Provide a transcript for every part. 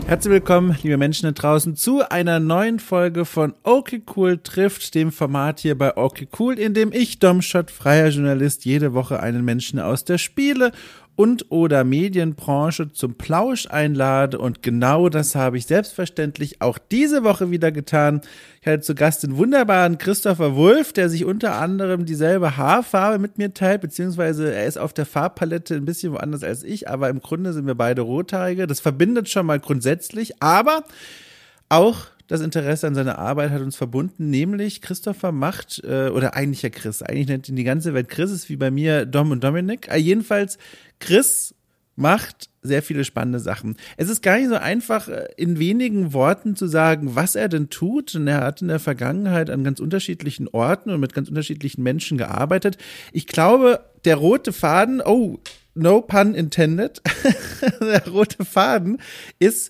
Herzlich willkommen, liebe Menschen da draußen, zu einer neuen Folge von Okay Cool trifft, dem Format hier bei Okay Cool, in dem ich, Domschott, freier Journalist, jede Woche einen Menschen aus der Spiele- und oder Medienbranche zum Plausch einlade, und genau das habe ich selbstverständlich auch diese Woche wieder getan. Ich hatte zu Gast den wunderbaren Christopher Wulff, der sich unter anderem dieselbe Haarfarbe mit mir teilt, beziehungsweise er ist auf der Farbpalette ein bisschen woanders als ich, aber im Grunde sind wir beide Rothaarige. Das verbindet schon mal grundsätzlich, aber auch das Interesse an seiner Arbeit hat uns verbunden, nämlich Christopher macht, oder eigentlich ja Chris, eigentlich nennt ihn die ganze Welt Chris, ist wie bei mir Dom und Dominik. Jedenfalls, Chris macht sehr viele spannende Sachen. Es ist gar nicht so einfach, in wenigen Worten zu sagen, was er denn tut. Und er hat in der Vergangenheit an ganz unterschiedlichen Orten und mit ganz unterschiedlichen Menschen gearbeitet. Ich glaube, der rote Faden, oh, no pun intended, der rote Faden ist,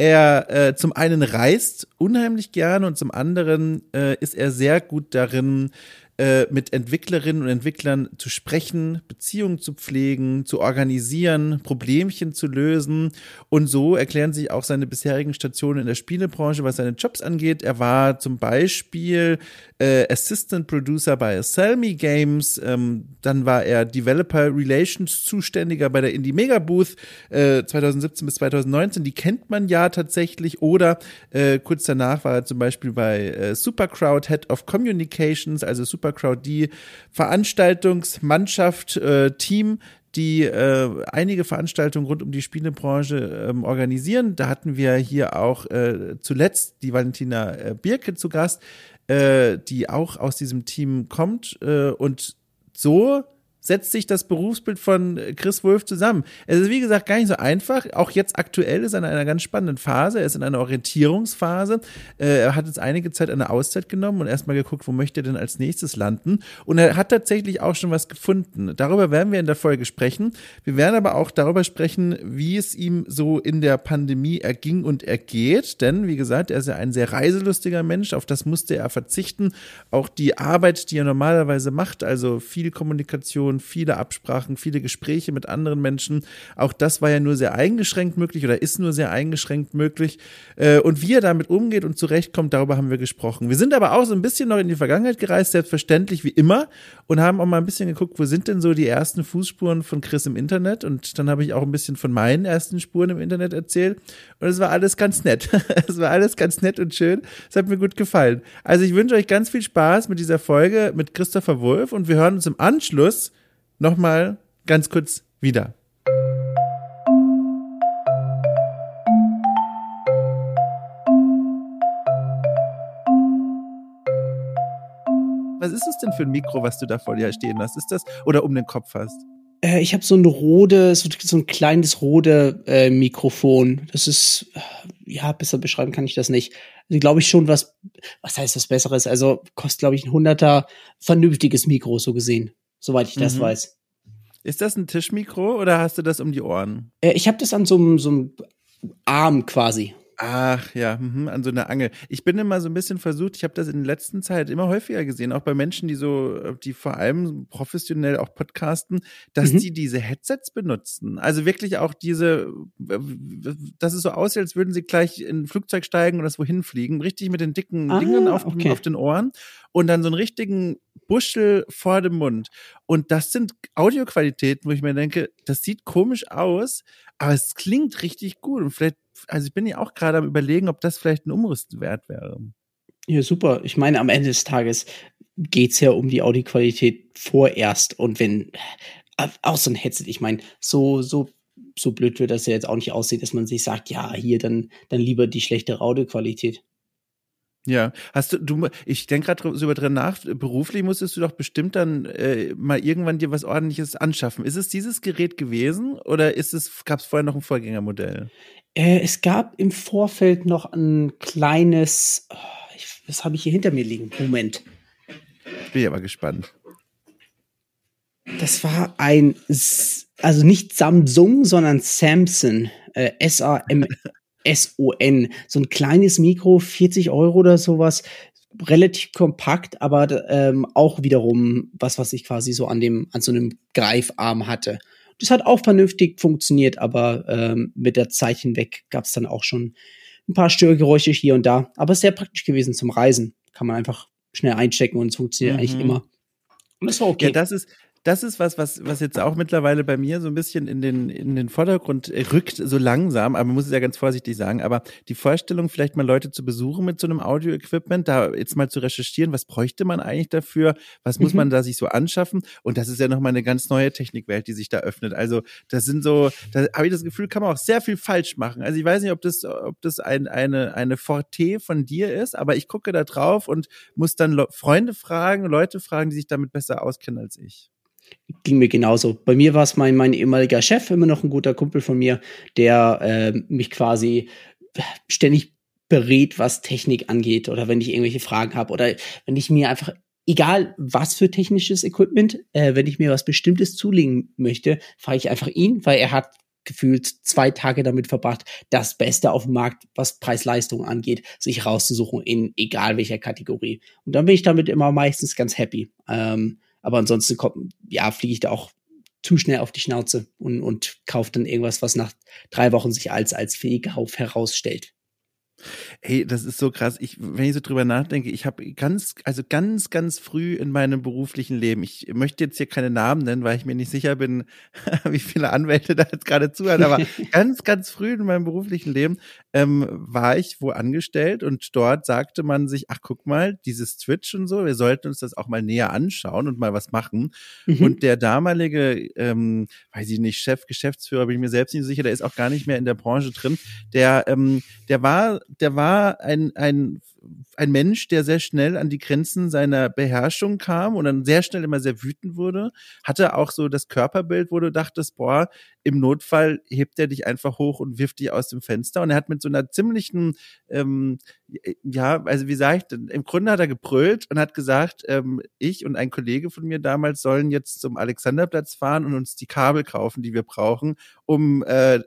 er zum einen reist unheimlich gerne und zum anderen ist er sehr gut darin, mit Entwicklerinnen und Entwicklern zu sprechen, Beziehungen zu pflegen, zu organisieren, Problemchen zu lösen. Und so erklären sich auch seine bisherigen Stationen in der Spielebranche, was seine Jobs angeht. Er war zum Beispiel Assistant Producer bei Selmy Games, dann war er Developer Relations Zuständiger bei der Indie Mega Booth 2017 bis 2019. Die kennt man ja tatsächlich. Oder kurz danach war er zum Beispiel bei Supercrowd Head of Communications, also Supercrowd, die Veranstaltungsmannschaft, Team, die einige Veranstaltungen rund um die Spielebranche organisieren. Da hatten wir hier auch zuletzt die Valentina Birke zu Gast, die auch aus diesem Team kommt. Und so setzt sich das Berufsbild von Chris Wulff zusammen. Es ist, wie gesagt, gar nicht so einfach. Auch jetzt aktuell ist er in einer ganz spannenden Phase. Er ist in einer Orientierungsphase. Er hat jetzt einige Zeit eine Auszeit genommen und erstmal geguckt, wo möchte er denn als nächstes landen. Und er hat tatsächlich auch schon was gefunden. Darüber werden wir in der Folge sprechen. Wir werden aber auch darüber sprechen, wie es ihm so in der Pandemie erging und ergeht. Denn, wie gesagt, er ist ja ein sehr reiselustiger Mensch. Auf das musste er verzichten. Auch die Arbeit, die er normalerweise macht, also viel Kommunikation, viele Absprachen, viele Gespräche mit anderen Menschen. Auch das war ja nur sehr eingeschränkt möglich oder ist nur sehr eingeschränkt möglich. Und wie er damit umgeht und zurechtkommt, darüber haben wir gesprochen. Wir sind aber auch so ein bisschen noch in die Vergangenheit gereist, selbstverständlich wie immer, und haben auch mal ein bisschen geguckt, wo sind denn so die ersten Fußspuren von Chris im Internet? Und dann habe ich auch ein bisschen von meinen ersten Spuren im Internet erzählt. Und es war alles ganz nett. Es war alles ganz nett und schön. Es hat mir gut gefallen. Also ich wünsche euch ganz viel Spaß mit dieser Folge mit Christopher Wulff, und wir hören uns im Anschluss nochmal ganz kurz wieder. Was ist es denn für ein Mikro, was du da vor dir stehen hast? Ist das, oder um den Kopf hast? Ich habe so ein kleines Rode Mikrofon. Das ist, ja, besser beschreiben kann ich das nicht. Also, glaube ich schon, was heißt was Besseres? Also kostet, glaube ich, ein 100er vernünftiges Mikro, so gesehen, soweit ich das weiß. Ist das ein Tischmikro oder hast du das um die Ohren? Ich habe das an so einem Arm quasi. Ach ja, an so einer Angel. Ich bin immer so ein bisschen versucht, ich habe das in der letzten Zeit immer häufiger gesehen, auch bei Menschen, die vor allem professionell auch podcasten, dass die diese Headsets benutzen. Also wirklich auch dass es so aussieht, als würden sie gleich in ein Flugzeug steigen und das wohin fliegen, richtig mit den dicken Dingen auf den Ohren und dann so einen richtigen Buschel vor dem Mund. Und das sind Audioqualitäten, wo ich mir denke, das sieht komisch aus, aber es klingt richtig gut. Und vielleicht, also ich bin ja auch gerade am Überlegen, ob das vielleicht ein Umrüsten wert wäre. Ja, super. Ich meine, am Ende des Tages geht's ja um die Audioqualität vorerst. Und wenn auch so ein Headset, ich meine, so blöd wird das ja jetzt auch nicht aussehen, dass man sich sagt, ja, hier dann lieber die schlechtere Audioqualität. Ja, ich denke gerade so drüber nach, beruflich musstest du doch bestimmt dann mal irgendwann dir was Ordentliches anschaffen. Ist es dieses Gerät gewesen oder gab es vorher noch ein Vorgängermodell? Es gab im Vorfeld noch ein kleines, was habe ich hier hinter mir liegen? Moment. Bin ich aber gespannt. Das war also nicht Samsung, sondern Samson, SAMSON, so ein kleines Mikro, 40 € oder sowas, relativ kompakt, aber auch wiederum was ich quasi so an so einem Greifarm hatte. Das hat auch vernünftig funktioniert, aber mit der Zeit hinweg gab es dann auch schon ein paar Störgeräusche hier und da. Aber es ist sehr praktisch gewesen zum Reisen. Kann man einfach schnell einstecken und es funktioniert eigentlich immer. Und das war okay. Ja, das ist was jetzt auch mittlerweile bei mir so ein bisschen in den Vordergrund rückt, so langsam, aber man muss es ja ganz vorsichtig sagen, aber die Vorstellung, vielleicht mal Leute zu besuchen mit so einem Audio-Equipment, da jetzt mal zu recherchieren, was bräuchte man eigentlich dafür, was muss man da sich so anschaffen, und das ist ja nochmal eine ganz neue Technikwelt, die sich da öffnet. Also das sind so, da habe ich das Gefühl, kann man auch sehr viel falsch machen. Also ich weiß nicht, ob das eine Forte von dir ist, aber ich gucke da drauf und muss dann Freunde fragen, Leute fragen, die sich damit besser auskennen als ich. Ging mir genauso. Bei mir war es mein ehemaliger Chef, immer noch ein guter Kumpel von mir, der mich quasi ständig berät, was Technik angeht, oder wenn ich irgendwelche Fragen habe, oder wenn ich mir einfach, egal was für technisches Equipment, wenn ich mir was Bestimmtes zulegen möchte, frage ich einfach ihn, weil er hat gefühlt 2 Tage damit verbracht, das Beste auf dem Markt, was Preis-Leistung angeht, sich rauszusuchen in egal welcher Kategorie. Und dann bin ich damit immer meistens ganz happy. Aber ansonsten fliege ich da auch zu schnell auf die Schnauze und kaufe dann irgendwas, was nach 3 Wochen sich als Fehlkauf herausstellt. Hey, das ist so krass. Wenn ich so drüber nachdenke, ich habe ganz früh in meinem beruflichen Leben, ich möchte jetzt hier keine Namen nennen, weil ich mir nicht sicher bin, wie viele Anwälte da jetzt gerade zuhören, aber ganz früh in meinem beruflichen Leben war ich wo angestellt, und dort sagte man sich, ach guck mal, dieses Twitch und so, wir sollten uns das auch mal näher anschauen und mal was machen. Und der damalige, weiß ich nicht, Geschäftsführer, bin ich mir selbst nicht sicher, der ist auch gar nicht mehr in der Branche drin, der war ein Mensch, der sehr schnell an die Grenzen seiner Beherrschung kam und dann sehr schnell immer sehr wütend wurde, hatte auch so das Körperbild, wo du dachtest, boah, im Notfall hebt er dich einfach hoch und wirft dich aus dem Fenster, und er hat mit so einer ziemlichen, also wie sage ich denn, im Grunde hat er gebrüllt und hat gesagt, ich und ein Kollege von mir damals sollen jetzt zum Alexanderplatz fahren und uns die Kabel kaufen, die wir brauchen, um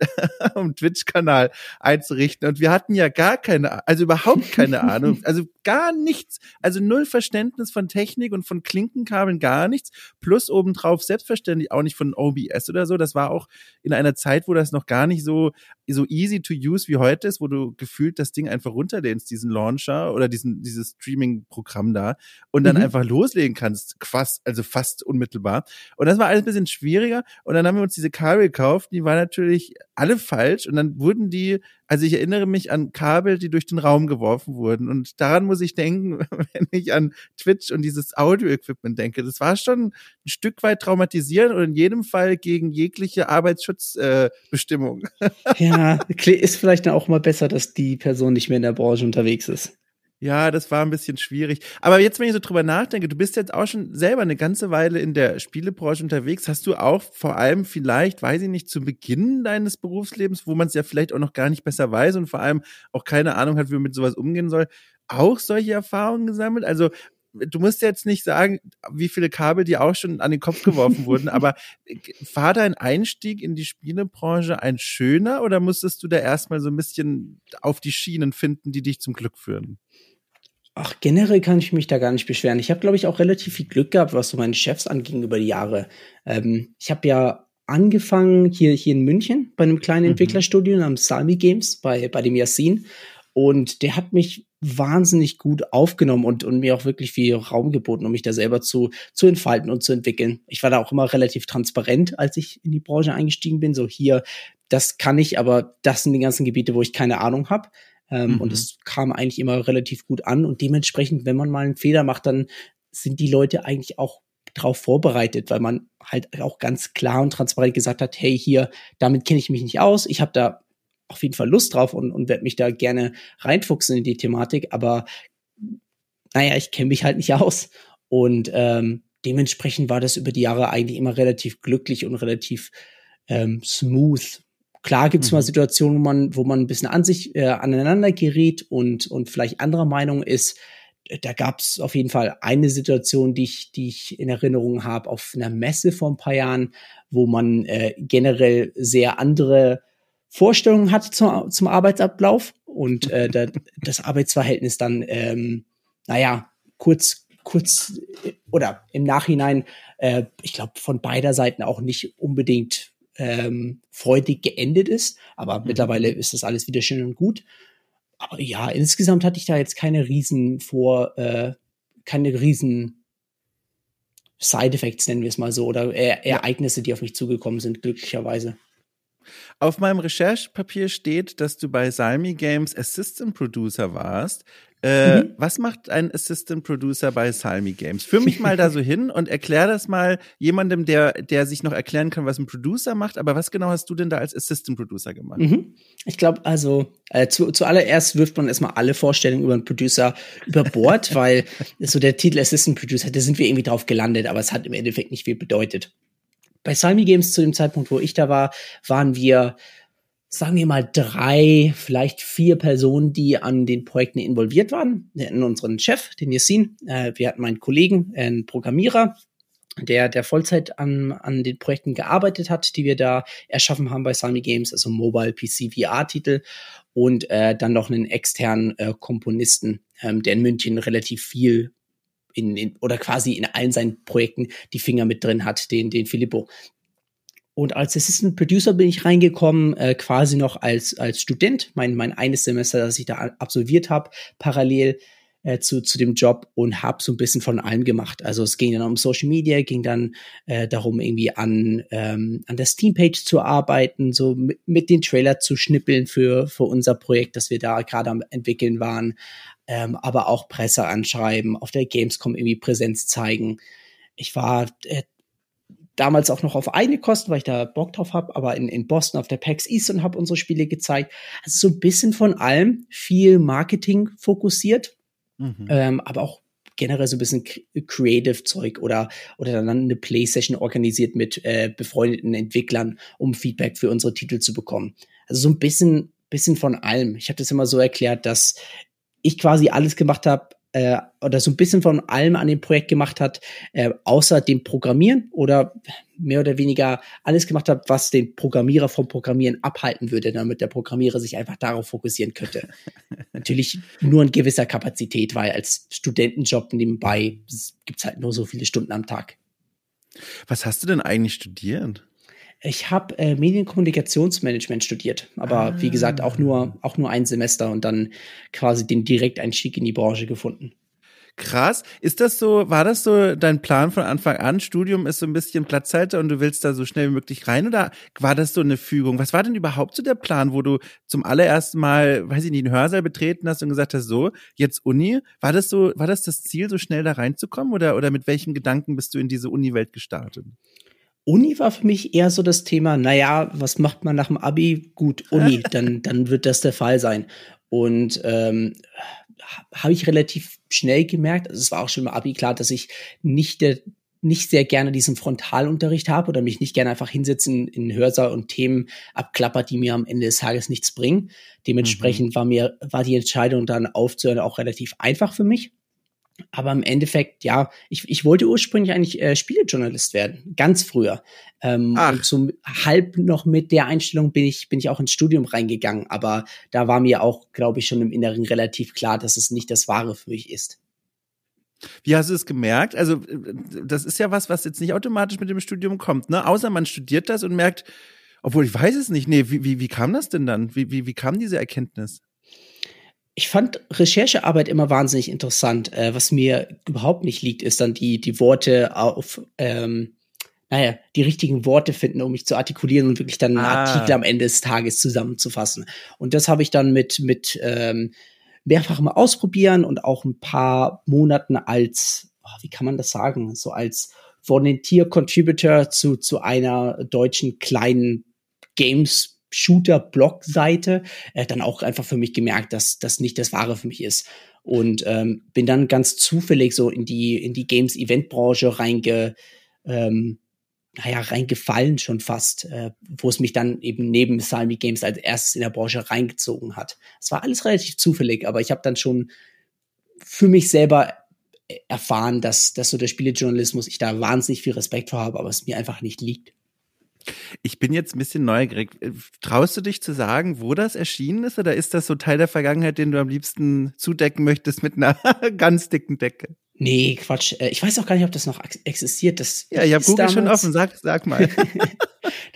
Twitch-Kanal einzurichten, und wir hatten ja überhaupt keine Ahnung, also gar nichts, also null Verständnis von Technik und von Klinkenkabeln, gar nichts, plus obendrauf selbstverständlich auch nicht von OBS oder so. Das war auch in einer Zeit, wo das noch gar nicht so easy to use wie heute ist, wo du gefühlt das Ding einfach runterlehnst, diesen Launcher oder dieses Streaming-Programm da, und dann einfach loslegen kannst, fast unmittelbar. Und das war alles ein bisschen schwieriger, und dann haben wir uns diese Kabel gekauft, die waren natürlich alle falsch, und dann wurden die, also ich erinnere mich an Kabel, die durch den Raum geworfen wurden, und daran muss ich denken, wenn ich an Twitch und dieses Audio-Equipment denke. Das war schon ein Stück weit traumatisierend und in jedem Fall gegen jegliche Arbeitsschutzbestimmung. Ja, ist vielleicht dann auch mal besser, dass die Person nicht mehr in der Branche unterwegs ist. Ja, das war ein bisschen schwierig. Aber jetzt, wenn ich so drüber nachdenke, du bist jetzt auch schon selber eine ganze Weile in der Spielebranche unterwegs. Hast du auch vor allem vielleicht, weiß ich nicht, zu Beginn deines Berufslebens, wo man es ja vielleicht auch noch gar nicht besser weiß und vor allem auch keine Ahnung hat, wie man mit sowas umgehen soll, auch solche Erfahrungen gesammelt? Also du musst jetzt nicht sagen, wie viele Kabel dir auch schon an den Kopf geworfen wurden, aber war dein Einstieg in die Spielebranche ein schöner, oder musstest du da erstmal so ein bisschen auf die Schienen finden, die dich zum Glück führen? Ach, generell kann ich mich da gar nicht beschweren. Ich habe, glaube ich, auch relativ viel Glück gehabt, was so meine Chefs anging über die Jahre. Ich habe ja angefangen hier in München bei einem kleinen Entwicklerstudio namens Salmi Games bei dem Yassin. Und der hat mich wahnsinnig gut aufgenommen und mir auch wirklich viel Raum geboten, um mich da selber zu entfalten und zu entwickeln. Ich war da auch immer relativ transparent, als ich in die Branche eingestiegen bin. So hier, das kann ich, aber das sind die ganzen Gebiete, wo ich keine Ahnung habe. Und es kam eigentlich immer relativ gut an. Und dementsprechend, wenn man mal einen Fehler macht, dann sind die Leute eigentlich auch drauf vorbereitet, weil man halt auch ganz klar und transparent gesagt hat, hey, hier, damit kenne ich mich nicht aus. Ich habe da auf jeden Fall Lust drauf und werde mich da gerne reinfuchsen in die Thematik. Aber naja, ich kenne mich halt nicht aus. Und dementsprechend war das über die Jahre eigentlich immer relativ glücklich und relativ smooth. Klar gibt es mal Situationen, wo man ein bisschen aneinander gerät und vielleicht anderer Meinung ist. Da gab es auf jeden Fall eine Situation, die ich in Erinnerung habe, auf einer Messe vor ein paar Jahren, wo man generell sehr andere Vorstellungen hat zum Arbeitsablauf und das Arbeitsverhältnis dann, kurz oder im Nachhinein, ich glaube, von beider Seiten auch nicht unbedingt freudig geendet ist. Aber mittlerweile ist das alles wieder schön und gut. Aber ja, insgesamt hatte ich da jetzt keine riesen Side-Effects, nennen wir es mal so, oder Ereignisse, die auf mich zugekommen sind, glücklicherweise. Auf meinem Recherchepapier steht, dass du bei Salmi Games Assistant Producer warst. Was macht ein Assistant Producer bei Salmi Games? Führ mich mal da so hin und erklär das mal jemandem, der sich noch erklären kann, was ein Producer macht. Aber was genau hast du denn da als Assistant Producer gemacht? Ich glaube, also zuallererst wirft man erstmal alle Vorstellungen über einen Producer über Bord, weil so der Titel Assistant Producer, da sind wir irgendwie drauf gelandet, aber es hat im Endeffekt nicht viel bedeutet. Bei Salmi Games zu dem Zeitpunkt, wo ich da war, waren wir, sagen wir mal 3, vielleicht 4 Personen, die an den Projekten involviert waren. Wir hatten unseren Chef, den Yassin, wir hatten meinen Kollegen, einen Programmierer, der Vollzeit an den Projekten gearbeitet hat, die wir da erschaffen haben bei Salmi Games, also Mobile, PC, VR-Titel, und dann noch einen externen Komponisten, der in München relativ viel oder quasi in allen seinen Projekten die Finger mit drin hat, den Filippo. Und als Assistant Producer bin ich reingekommen, quasi noch als Student, mein eines Semester, das ich da absolviert habe, parallel zu dem Job, und habe so ein bisschen von allem gemacht. Also es ging dann um Social Media, ging dann darum, irgendwie an der Steam-Page zu arbeiten, so mit den Trailer zu schnippeln für unser Projekt, das wir da gerade am entwickeln waren, aber auch Presse anschreiben, auf der Gamescom irgendwie Präsenz zeigen. Ich war damals auch noch auf eigene Kosten, weil ich da Bock drauf habe, aber in Boston auf der PAX East und habe unsere Spiele gezeigt. Also so ein bisschen von allem, viel Marketing fokussiert, aber auch generell so ein bisschen Creative-Zeug oder dann eine Play-Session organisiert mit befreundeten Entwicklern, um Feedback für unsere Titel zu bekommen. Also so ein bisschen von allem. Ich habe das immer so erklärt, dass ich quasi alles gemacht habe, oder so ein bisschen von allem an dem Projekt gemacht hat, außer dem Programmieren, oder mehr oder weniger alles gemacht hat, was den Programmierer vom Programmieren abhalten würde, damit der Programmierer sich einfach darauf fokussieren könnte. Natürlich nur in gewisser Kapazität, weil als Studentenjob nebenbei gibt's halt nur so viele Stunden am Tag. Was hast du denn eigentlich studiert? Ich habe Medienkommunikationsmanagement studiert, aber wie gesagt auch nur ein Semester und dann quasi den Direkteinstieg in die Branche gefunden. Krass. War das so dein Plan von Anfang an? Studium ist so ein bisschen Platzhalter und du willst da so schnell wie möglich rein, oder war das so eine Fügung? Was war denn überhaupt so der Plan, wo du zum allerersten Mal, weiß ich nicht, einen Hörsaal betreten hast und gesagt hast, so, jetzt Uni? War das das Ziel, so schnell da reinzukommen, oder mit welchem Gedanken bist du in diese Uni-Welt gestartet? Uni war für mich eher so das Thema, naja, was macht man nach dem Abi? Gut, Uni, dann wird das der Fall sein. Und habe ich relativ schnell gemerkt, also es war auch schon im Abi klar, dass ich nicht sehr gerne diesen Frontalunterricht habe oder mich nicht gerne einfach hinsetzen in Hörsaal und Themen abklappert, die mir am Ende des Tages nichts bringen. Dementsprechend war die Entscheidung dann aufzuhören auch relativ einfach für mich. Aber im Endeffekt, ja, ich wollte ursprünglich eigentlich Spielejournalist werden, ganz früher. Und so halb noch mit der Einstellung bin ich auch ins Studium reingegangen. Aber da war mir auch, glaube ich, schon im Inneren relativ klar, dass es nicht das Wahre für mich ist. Wie hast du es gemerkt? Also das ist ja was jetzt nicht automatisch mit dem Studium kommt, ne? Außer man studiert das und merkt, obwohl ich weiß es nicht, nee, wie kam das denn dann? Wie kam diese Erkenntnis? Ich fand Recherchearbeit immer wahnsinnig interessant. Was mir überhaupt nicht liegt, ist dann die Worte auf, die richtigen Worte finden, um mich zu artikulieren und wirklich dann einen Artikel am Ende des Tages zusammenzufassen. Und das habe ich dann mit mehrfach mal ausprobieren und auch ein paar Monaten als, wie kann man das sagen, so als Volunteer-Contributor zu einer deutschen kleinen Games-Shooter-Blog-Seite dann auch einfach für mich gemerkt, dass das nicht das Wahre für mich ist. Und bin dann ganz zufällig so in die Games-Event-Branche reingefallen schon fast, wo es mich dann eben neben Salmi Games als erstes in der Branche reingezogen hat. Es war alles relativ zufällig, aber ich habe dann schon für mich selber erfahren, dass so der Spielejournalismus, ich da wahnsinnig viel Respekt vor habe, aber es mir einfach nicht liegt. Ich bin jetzt ein bisschen neugierig. Traust du dich zu sagen, wo das erschienen ist, oder ist das so Teil der Vergangenheit, den du am liebsten zudecken möchtest mit einer ganz dicken Decke? Nee, Quatsch. Ich weiß auch gar nicht, ob das noch existiert. Ja, ich habe Google schon offen. Sag mal.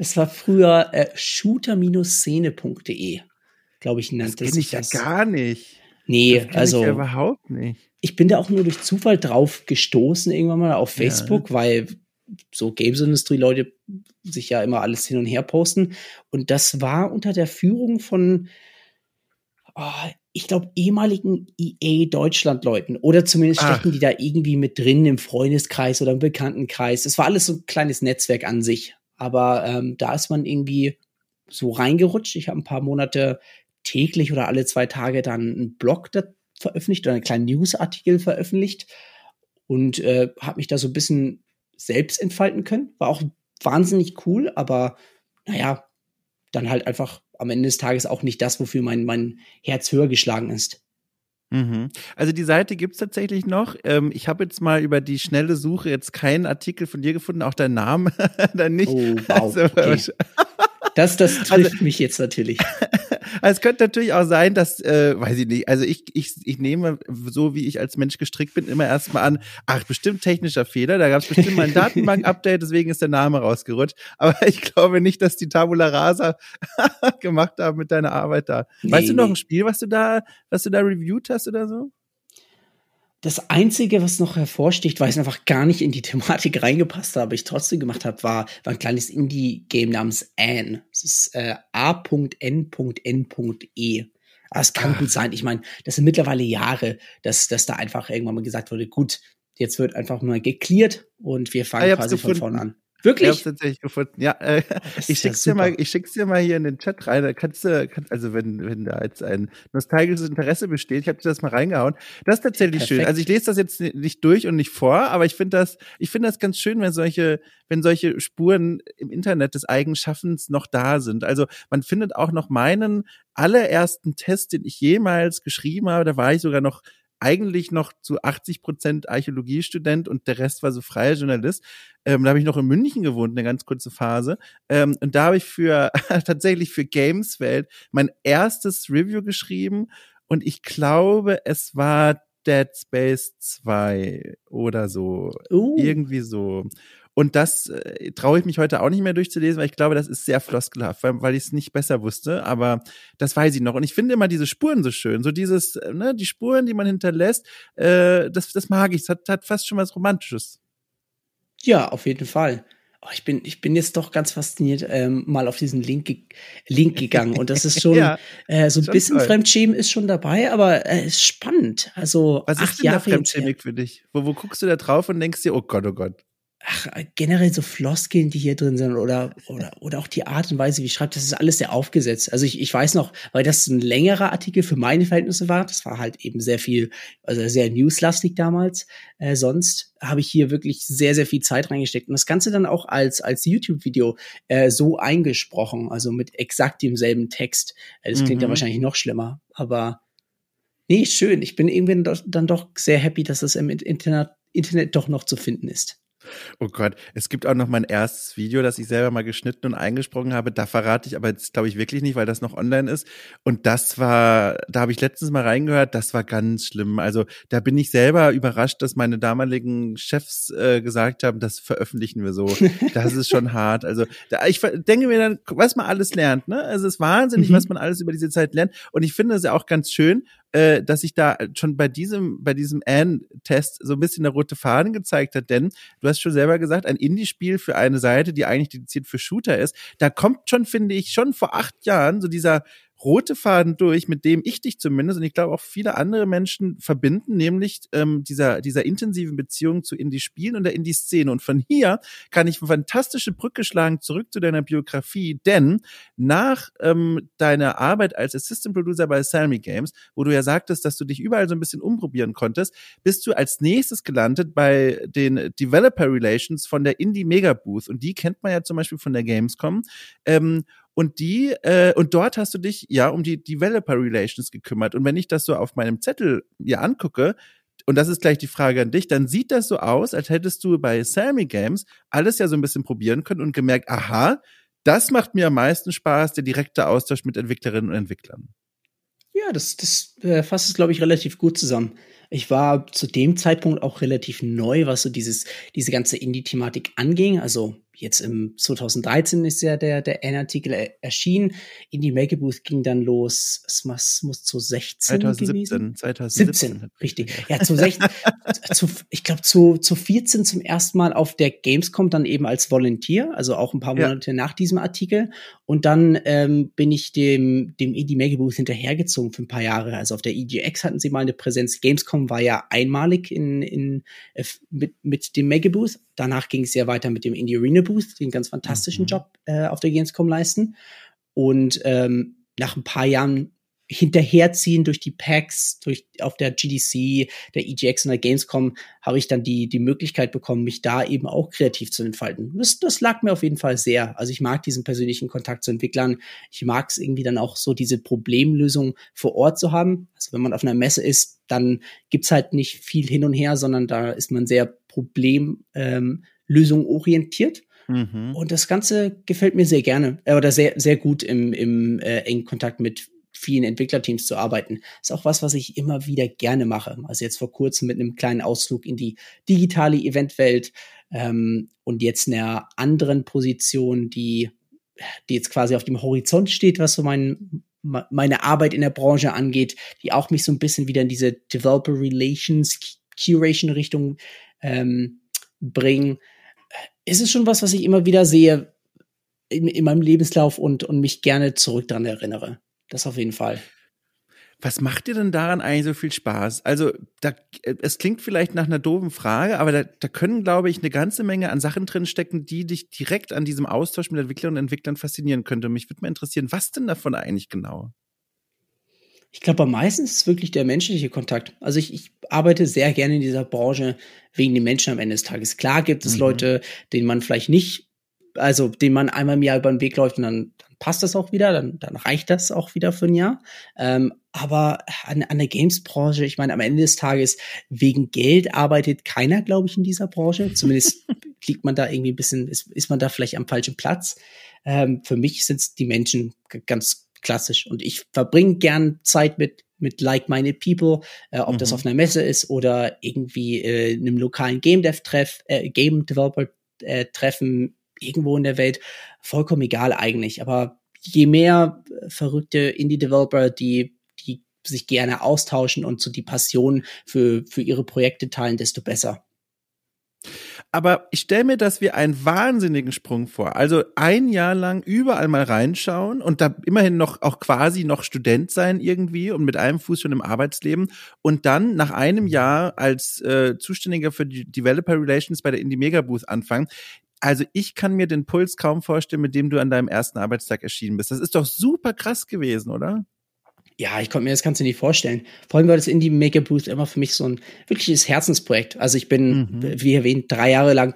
Das war früher shooter-szene.de, glaube ich, nannte das sich das. das. Ja gar nicht. Nee, das also ich ja überhaupt nicht. Ich bin da auch nur durch Zufall drauf gestoßen irgendwann mal auf Facebook, weil so Games-Industrie-Leute sich ja immer alles hin und her posten. Und das war unter der Führung von, ich glaube, ehemaligen EA-Deutschland-Leuten. Oder zumindest stecken die da irgendwie mit drin im Freundeskreis oder im Bekanntenkreis. Es war alles so ein kleines Netzwerk an sich. Aber da ist man irgendwie so reingerutscht. Ich habe ein paar Monate täglich oder alle 2 Tage dann einen Blog veröffentlicht oder einen kleinen Newsartikel veröffentlicht und habe mich da so ein bisschen selbst entfalten können. War auch wahnsinnig cool, aber naja, dann halt einfach am Ende des Tages auch nicht das, wofür mein Herz höher geschlagen ist. Also die Seite gibt's tatsächlich noch. Ich habe jetzt mal über die schnelle Suche jetzt keinen Artikel von dir gefunden, auch dein Name dann nicht. Oh, wow, okay. Das trifft mich jetzt natürlich. Also es könnte natürlich auch sein, dass, weiß ich nicht, also ich nehme, so wie ich als Mensch gestrickt bin, immer erstmal an, bestimmt technischer Fehler, da gab es bestimmt mal ein Datenbank-Update, deswegen ist der Name rausgerutscht. Aber ich glaube nicht, dass die Tabula Rasa gemacht haben mit deiner Arbeit da. Weißt du noch ein Spiel, was du da reviewt hast oder so? Das Einzige, was noch hervorsticht, weil es einfach gar nicht in die Thematik reingepasst hat, aber ich trotzdem gemacht habe, war ein kleines Indie-Game namens Anne. Das ist A.N.N.E. Aber es kann gut sein. Ich meine, das sind mittlerweile Jahre, dass da einfach irgendwann mal gesagt wurde, gut, jetzt wird einfach mal geklärt und wir fangen quasi von vorne an. Wirklich? Ich hab's tatsächlich gefunden. Ja, ich schick's dir mal hier in den Chat rein. Da also wenn da jetzt ein nostalgisches Interesse besteht, ich habe dir das mal reingehauen. Das ist tatsächlich schön. Also ich lese das jetzt nicht durch und nicht vor, aber ich finde das ganz schön, wenn solche Spuren im Internet des eigenen Schaffens noch da sind. Also man findet auch noch meinen allerersten Test, den ich jemals geschrieben habe. Da war ich sogar noch eigentlich noch zu 80% Archäologiestudent und der Rest war so freier Journalist. Da habe ich noch in München gewohnt, eine ganz kurze Phase. Und da habe ich tatsächlich für Gameswelt mein erstes Review geschrieben und ich glaube, es war Dead Space 2 oder so. Irgendwie so. Und das traue ich mich heute auch nicht mehr durchzulesen, weil ich glaube, das ist sehr floskelhaft, weil ich es nicht besser wusste, aber das weiß ich noch. Und ich finde immer diese Spuren so schön, so dieses, die Spuren, die man hinterlässt, das mag ich, es hat fast schon was Romantisches. Ja, auf jeden Fall. Ich bin jetzt doch ganz fasziniert mal auf diesen Link gegangen und das ist schon so ein bisschen toll. Fremdschämen ist schon dabei, aber ist spannend. Also was ist denn da fremdschämig für dich? Wo guckst du da drauf und denkst dir, oh Gott, oh Gott. Generell so Floskeln, die hier drin sind oder auch die Art und Weise, wie ich schreibe, das ist alles sehr aufgesetzt. Also ich weiß noch, weil das ein längerer Artikel für meine Verhältnisse war, das war halt eben sehr viel, also sehr newslastig damals. Sonst habe ich hier wirklich sehr, sehr viel Zeit reingesteckt und das Ganze dann auch als YouTube-Video so eingesprochen, also mit exakt demselben Text. Das klingt ja wahrscheinlich noch schlimmer, aber nee, schön. Ich bin irgendwie dann doch sehr happy, dass es im Internet doch noch zu finden ist. Oh Gott, es gibt auch noch mein erstes Video, das ich selber mal geschnitten und eingesprochen habe. Da verrate ich aber jetzt, glaube ich, wirklich nicht, weil das noch online ist. Und da habe ich letztens mal reingehört, das war ganz schlimm. Also da bin ich selber überrascht, dass meine damaligen Chefs gesagt haben, das veröffentlichen wir so. Das ist schon hart. Also ich denke mir dann, was man alles lernt, ne? Also es ist wahnsinnig, was man alles über diese Zeit lernt. Und ich finde es ja auch ganz schön, dass ich da schon bei diesem Anne-Test so ein bisschen der rote Faden gezeigt hat, denn du hast schon selber gesagt, ein Indie-Spiel für eine Seite, die eigentlich dediziert für Shooter ist, da kommt schon, finde ich, schon vor 8 Jahren so dieser rote Faden durch, mit dem ich dich zumindest und ich glaube auch viele andere Menschen verbinden, nämlich dieser intensiven Beziehung zu Indie-Spielen und der Indie-Szene. Und von hier kann ich eine fantastische Brücke schlagen zurück zu deiner Biografie, denn nach deiner Arbeit als Assistant Producer bei Salmi Games, wo du ja sagtest, dass du dich überall so ein bisschen umprobieren konntest, bist du als nächstes gelandet bei den Developer Relations von der Indie Mega Booth und die kennt man ja zum Beispiel von der Gamescom. Und dort hast du dich ja um die Developer Relations gekümmert. Und wenn ich das so auf meinem Zettel mir angucke, und das ist gleich die Frage an dich, dann sieht das so aus, als hättest du bei Salmi Games alles ja so ein bisschen probieren können und gemerkt, aha, das macht mir am meisten Spaß, der direkte Austausch mit Entwicklerinnen und Entwicklern. Ja, das fasst es, glaube ich, relativ gut zusammen. Ich war zu dem Zeitpunkt auch relativ neu, was so diese ganze Indie-Thematik anging. Also jetzt im 2013 ist ja der N-Artikel erschienen. Indie Make Booth ging dann los, es muss zu 16 gewesen. 2017. Richtig. Ja, ich glaube zu 14 zum ersten Mal auf der Gamescom, dann eben als Volunteer, also auch ein paar Monate nach diesem Artikel. Und dann bin ich dem Indie Make Booth hinterhergezogen für ein paar Jahre. Also auf der EGX hatten sie mal eine Präsenz. Gamescom war ja einmalig mit dem Make Booth. Danach ging es ja weiter mit dem Indie Arena Booth, die einen ganz fantastischen Job auf der Gamescom leisten. Und nach ein paar Jahren hinterherziehen durch die PAX, auf der GDC, der EGX und der Gamescom, habe ich dann die Möglichkeit bekommen, mich da eben auch kreativ zu entfalten. Das lag mir auf jeden Fall sehr. Also ich mag diesen persönlichen Kontakt zu Entwicklern. Ich mag es irgendwie dann auch so, diese Problemlösung vor Ort zu haben. Also wenn man auf einer Messe ist, dann gibt's halt nicht viel hin und her, sondern da ist man sehr Problemlösung orientiert. Und das Ganze gefällt mir sehr gerne, oder sehr, sehr gut im engen Kontakt mit vielen Entwicklerteams zu arbeiten. Ist auch was ich immer wieder gerne mache. Also jetzt vor kurzem mit einem kleinen Ausflug in die digitale Eventwelt und jetzt einer anderen Position, die jetzt quasi auf dem Horizont steht, was so meine Arbeit in der Branche angeht, die auch mich so ein bisschen wieder in diese Developer Relations, Curation Richtung bringen. Ist es schon was ich immer wieder sehe in meinem Lebenslauf und mich gerne zurück daran erinnere. Das auf jeden Fall. Was macht dir denn daran eigentlich so viel Spaß? Also, es klingt vielleicht nach einer doofen Frage, aber da können, glaube ich, eine ganze Menge an Sachen drin stecken, die dich direkt an diesem Austausch mit Entwicklerinnen und Entwicklern faszinieren könnte. Und mich würde mal interessieren, was denn davon eigentlich genau? Ich glaube, am meisten ist es wirklich der menschliche Kontakt. Also ich arbeite sehr gerne in dieser Branche wegen den Menschen am Ende des Tages. Klar gibt es Leute, denen man vielleicht nicht, also denen man einmal im Jahr über den Weg läuft und dann passt das auch wieder, dann reicht das auch wieder für ein Jahr. Aber an der Games-Branche, ich meine, am Ende des Tages, wegen Geld arbeitet keiner, glaube ich, in dieser Branche. Zumindest liegt man da irgendwie ein bisschen, ist man da vielleicht am falschen Platz. Für mich sind es die Menschen ganz klassisch. Und ich verbringe gern Zeit mit like-minded people, ob das auf einer Messe ist oder irgendwie einem lokalen Game Developer Treffen irgendwo in der Welt, vollkommen egal eigentlich. Aber je mehr verrückte Indie-Developer, die sich gerne austauschen und so die Passion für ihre Projekte teilen, desto besser. Aber ich stelle mir das wie einen wahnsinnigen Sprung vor. Also ein Jahr lang überall mal reinschauen und da immerhin auch quasi noch Student sein irgendwie und mit einem Fuß schon im Arbeitsleben und dann nach einem Jahr als Zuständiger für die Developer Relations bei der Indie Mega Booth anfangen. Also ich kann mir den Puls kaum vorstellen, mit dem du an deinem ersten Arbeitstag erschienen bist. Das ist doch super krass gewesen, oder? Ja, ich konnte mir das Ganze nicht vorstellen. Vor allem war das Indie Maker Booth immer für mich so ein wirkliches Herzensprojekt. Also ich bin, wie erwähnt, 3 Jahre lang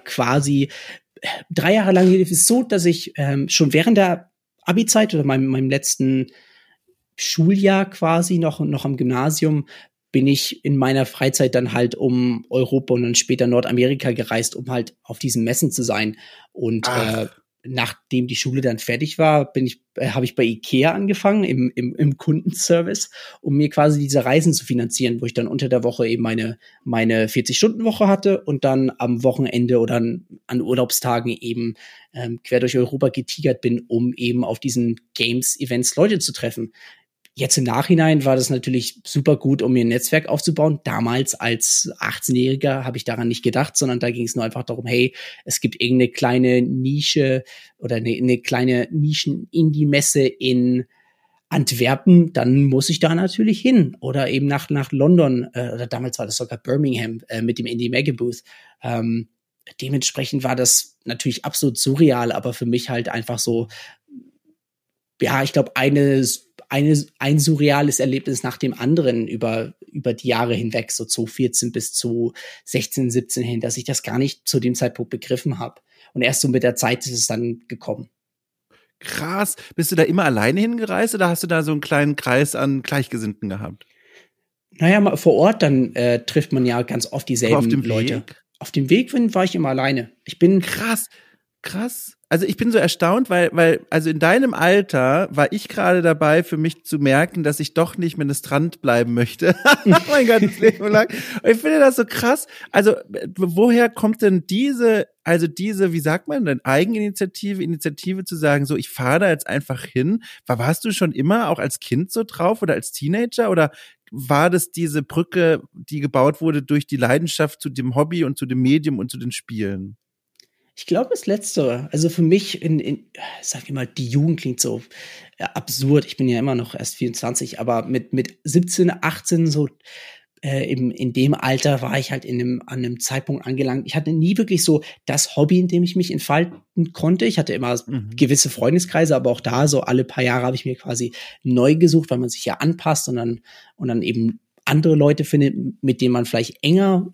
ist es so, dass ich schon während der Abi-Zeit oder meinem letzten Schuljahr quasi noch am Gymnasium bin ich in meiner Freizeit dann halt um Europa und dann später Nordamerika gereist, um halt auf diesen Messen zu sein. Und nachdem die Schule dann fertig war, habe ich bei IKEA angefangen im Kundenservice, um mir quasi diese Reisen zu finanzieren, wo ich dann unter der Woche eben meine 40-Stunden-Woche hatte und dann am Wochenende oder an Urlaubstagen eben quer durch Europa getigert bin, um eben auf diesen Games-Events Leute zu treffen. Jetzt im Nachhinein war das natürlich super gut, um mir ein Netzwerk aufzubauen. Damals als 18-Jähriger habe ich daran nicht gedacht, sondern da ging es nur einfach darum, hey, es gibt irgendeine kleine Nische oder eine kleine Nischen-Indie-Messe in Antwerpen, dann muss ich da natürlich hin. Oder eben nach London, oder damals war das sogar Birmingham mit dem Indie Mega Booth. Dementsprechend war das natürlich absolut surreal, aber für mich halt einfach so, ja, ich glaube, ein surreales Erlebnis nach dem anderen über die Jahre hinweg, so 2014 bis zu 16, 17 hin, dass ich das gar nicht zu dem Zeitpunkt begriffen habe. Und erst so mit der Zeit ist es dann gekommen. Krass. Bist du da immer alleine hingereist oder hast du da so einen kleinen Kreis an Gleichgesinnten gehabt? Naja, mal vor Ort, dann trifft man ja ganz oft dieselben Leute. Weg? Auf dem Weg war ich immer alleine. Ich bin Krass. also ich bin so erstaunt, weil, also in deinem Alter war ich gerade dabei, für mich zu merken, dass ich doch nicht ministrant bleiben möchte. Mein ganzes Leben lang. Und ich finde das so krass. Also, woher kommt denn diese, wie sagt man denn, Initiative zu sagen, so, ich fahre da jetzt einfach hin. Warst du schon immer auch als Kind so drauf oder als Teenager oder war das diese Brücke, die gebaut wurde durch die Leidenschaft zu dem Hobby und zu dem Medium und zu den Spielen? Ich glaube, das Letztere. Also für mich, sag ich mal, die Jugend klingt so absurd. Ich bin ja immer noch erst 24, aber mit 17, 18 so in dem Alter war ich halt an einem Zeitpunkt angelangt. Ich hatte nie wirklich so das Hobby, in dem ich mich entfalten konnte. Ich hatte immer gewisse Freundeskreise, aber auch da so alle paar Jahre habe ich mir quasi neu gesucht, weil man sich ja anpasst und dann eben andere Leute findet, mit denen man vielleicht ein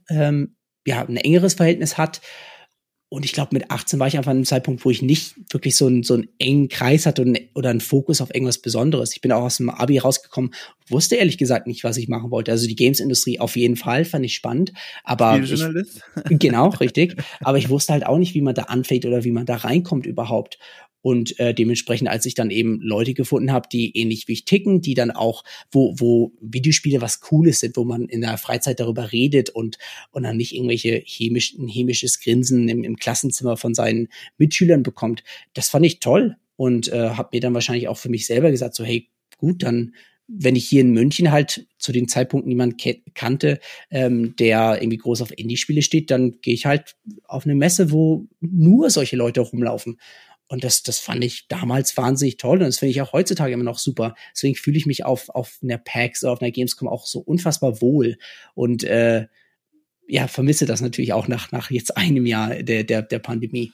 engeres Verhältnis hat. Und ich glaube, mit 18 war ich einfach an einem Zeitpunkt, wo ich nicht wirklich so einen engen Kreis hatte oder einen Fokus auf irgendwas Besonderes. Ich bin auch aus dem Abi rausgekommen, wusste ehrlich gesagt nicht, was ich machen wollte. Also die Games-Industrie auf jeden Fall, fand ich spannend. Aber genau, richtig. Aber ich wusste halt auch nicht, wie man da anfängt oder wie man da reinkommt überhaupt. Und dementsprechend, als ich dann eben Leute gefunden habe, die ähnlich wie ich ticken, die dann auch, wo Videospiele was Cooles sind, wo man in der Freizeit darüber redet und dann nicht irgendwelche hämisches Grinsen im Klassenzimmer von seinen Mitschülern bekommt, das fand ich toll und habe mir dann wahrscheinlich auch für mich selber gesagt, so hey, gut, dann wenn ich hier in München halt zu den Zeitpunkten niemand kannte, der irgendwie groß auf Indie-Spiele steht, dann gehe ich halt auf eine Messe, wo nur solche Leute rumlaufen. Und das fand ich damals wahnsinnig toll und das finde ich auch heutzutage immer noch super. Deswegen fühle ich mich auf einer PAX oder auf einer Gamescom auch so unfassbar wohl und vermisse das natürlich auch nach jetzt einem Jahr der Pandemie.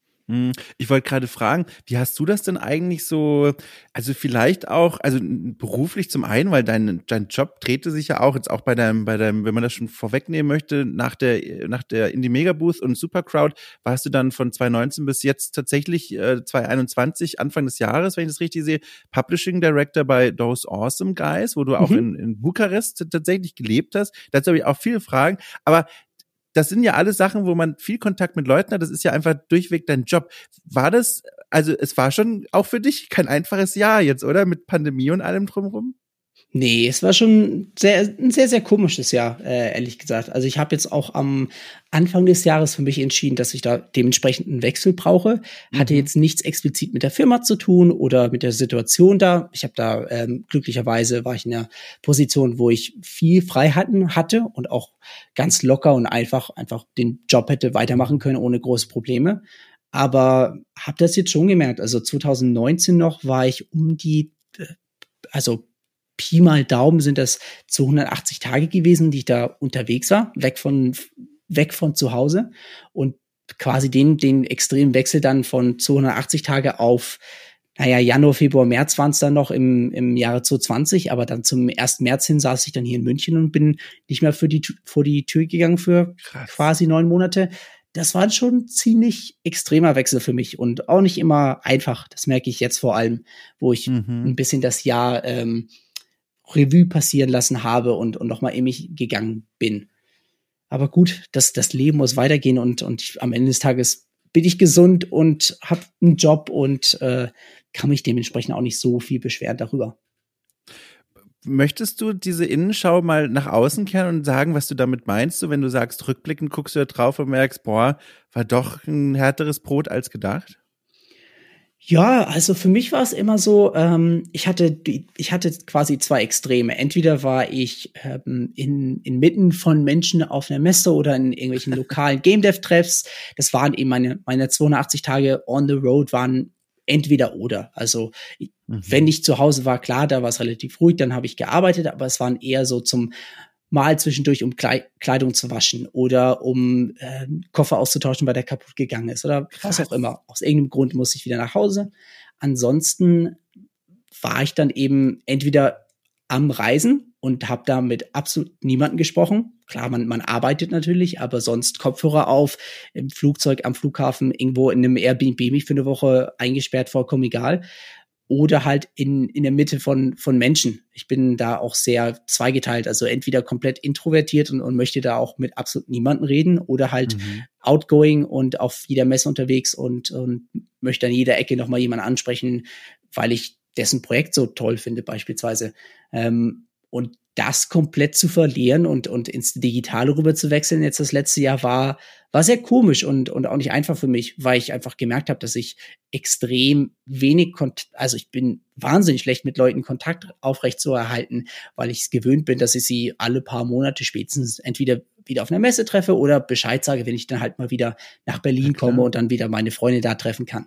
Ich wollte gerade fragen, wie hast du das denn eigentlich so, also vielleicht auch, also beruflich zum einen, weil dein Job drehte sich ja auch jetzt auch bei deinem, wenn man das schon vorwegnehmen möchte, nach der Indie Mega Booth und Supercrowd, warst du dann von 2019 bis jetzt tatsächlich 2021, Anfang des Jahres, wenn ich das richtig sehe, Publishing Director bei Those Awesome Guys, wo du auch in Bukarest tatsächlich gelebt hast. Dazu habe ich auch viele Fragen, aber das sind ja alles Sachen, wo man viel Kontakt mit Leuten hat. Das ist ja einfach durchweg dein Job. War das, also es war schon auch für dich kein einfaches Jahr jetzt, oder? Mit Pandemie und allem drumherum? Nee, es war schon ein sehr, sehr komisches Jahr, ehrlich gesagt. Also ich habe jetzt auch am Anfang des Jahres für mich entschieden, dass ich da dementsprechend einen Wechsel brauche. Hatte jetzt nichts explizit mit der Firma zu tun oder mit der Situation da. Ich habe da glücklicherweise war ich in einer Position, wo ich viel Freiheiten hatte und auch ganz locker und einfach den Job hätte weitermachen können ohne große Probleme. Aber habe das jetzt schon gemerkt. Also 2019 noch war ich Pi mal Daumen sind das 280 Tage gewesen, die ich da unterwegs war, weg von zu Hause und quasi den extremen Wechsel dann von 280 Tage auf, Januar, Februar, März waren es dann noch im Jahre 2020, aber dann zum 1. März hin saß ich dann hier in München und bin nicht mehr vor die Tür gegangen für quasi 9 Monate. Das war schon ein ziemlich extremer Wechsel für mich und auch nicht immer einfach. Das merke ich jetzt vor allem, wo ich ein bisschen das Jahr Revue passieren lassen habe und nochmal in mich gegangen bin. Aber gut, das Leben muss weitergehen und am Ende des Tages bin ich gesund und habe einen Job und kann mich dementsprechend auch nicht so viel beschweren darüber. Möchtest du diese Innenschau mal nach außen kehren und sagen, was du damit meinst? So, wenn du sagst, rückblickend guckst du da drauf und merkst, boah, war doch ein härteres Brot als gedacht? Ja, also für mich war es immer so, ich hatte quasi 2 Extreme. Entweder war ich inmitten von Menschen auf einer Messe oder in irgendwelchen lokalen Game Dev Treffs. Das waren eben meine 280 Tage on the road waren entweder oder. Also wenn ich zu Hause war, klar, da war es relativ ruhig, dann habe ich gearbeitet, aber es waren eher so zum mal zwischendurch, um Kleidung zu waschen oder um Koffer auszutauschen, weil der kaputt gegangen ist oder was auch immer. Aus irgendeinem Grund musste ich wieder nach Hause. Ansonsten war ich dann eben entweder am Reisen und habe da mit absolut niemandem gesprochen. Klar, man arbeitet natürlich, aber sonst Kopfhörer auf, im Flugzeug, am Flughafen, irgendwo in einem Airbnb mich für eine Woche eingesperrt, vollkommen egal. oder halt in der Mitte von Menschen. Ich bin da auch sehr zweigeteilt, also entweder komplett introvertiert und möchte da auch mit absolut niemandem reden oder halt outgoing und auf jeder Messe unterwegs und möchte an jeder Ecke nochmal jemanden ansprechen, weil ich dessen Projekt so toll finde beispielsweise. Und das komplett zu verlieren und ins Digitale rüber zu wechseln jetzt das letzte Jahr war sehr komisch und auch nicht einfach für mich, weil ich einfach gemerkt habe, dass ich extrem wenig also ich bin wahnsinnig schlecht mit Leuten Kontakt aufrecht zu erhalten, weil ich es gewöhnt bin, dass ich sie alle paar Monate spätestens entweder wieder auf einer Messe treffe oder Bescheid sage, wenn ich dann halt mal wieder nach Berlin komme und dann wieder meine Freunde da treffen kann.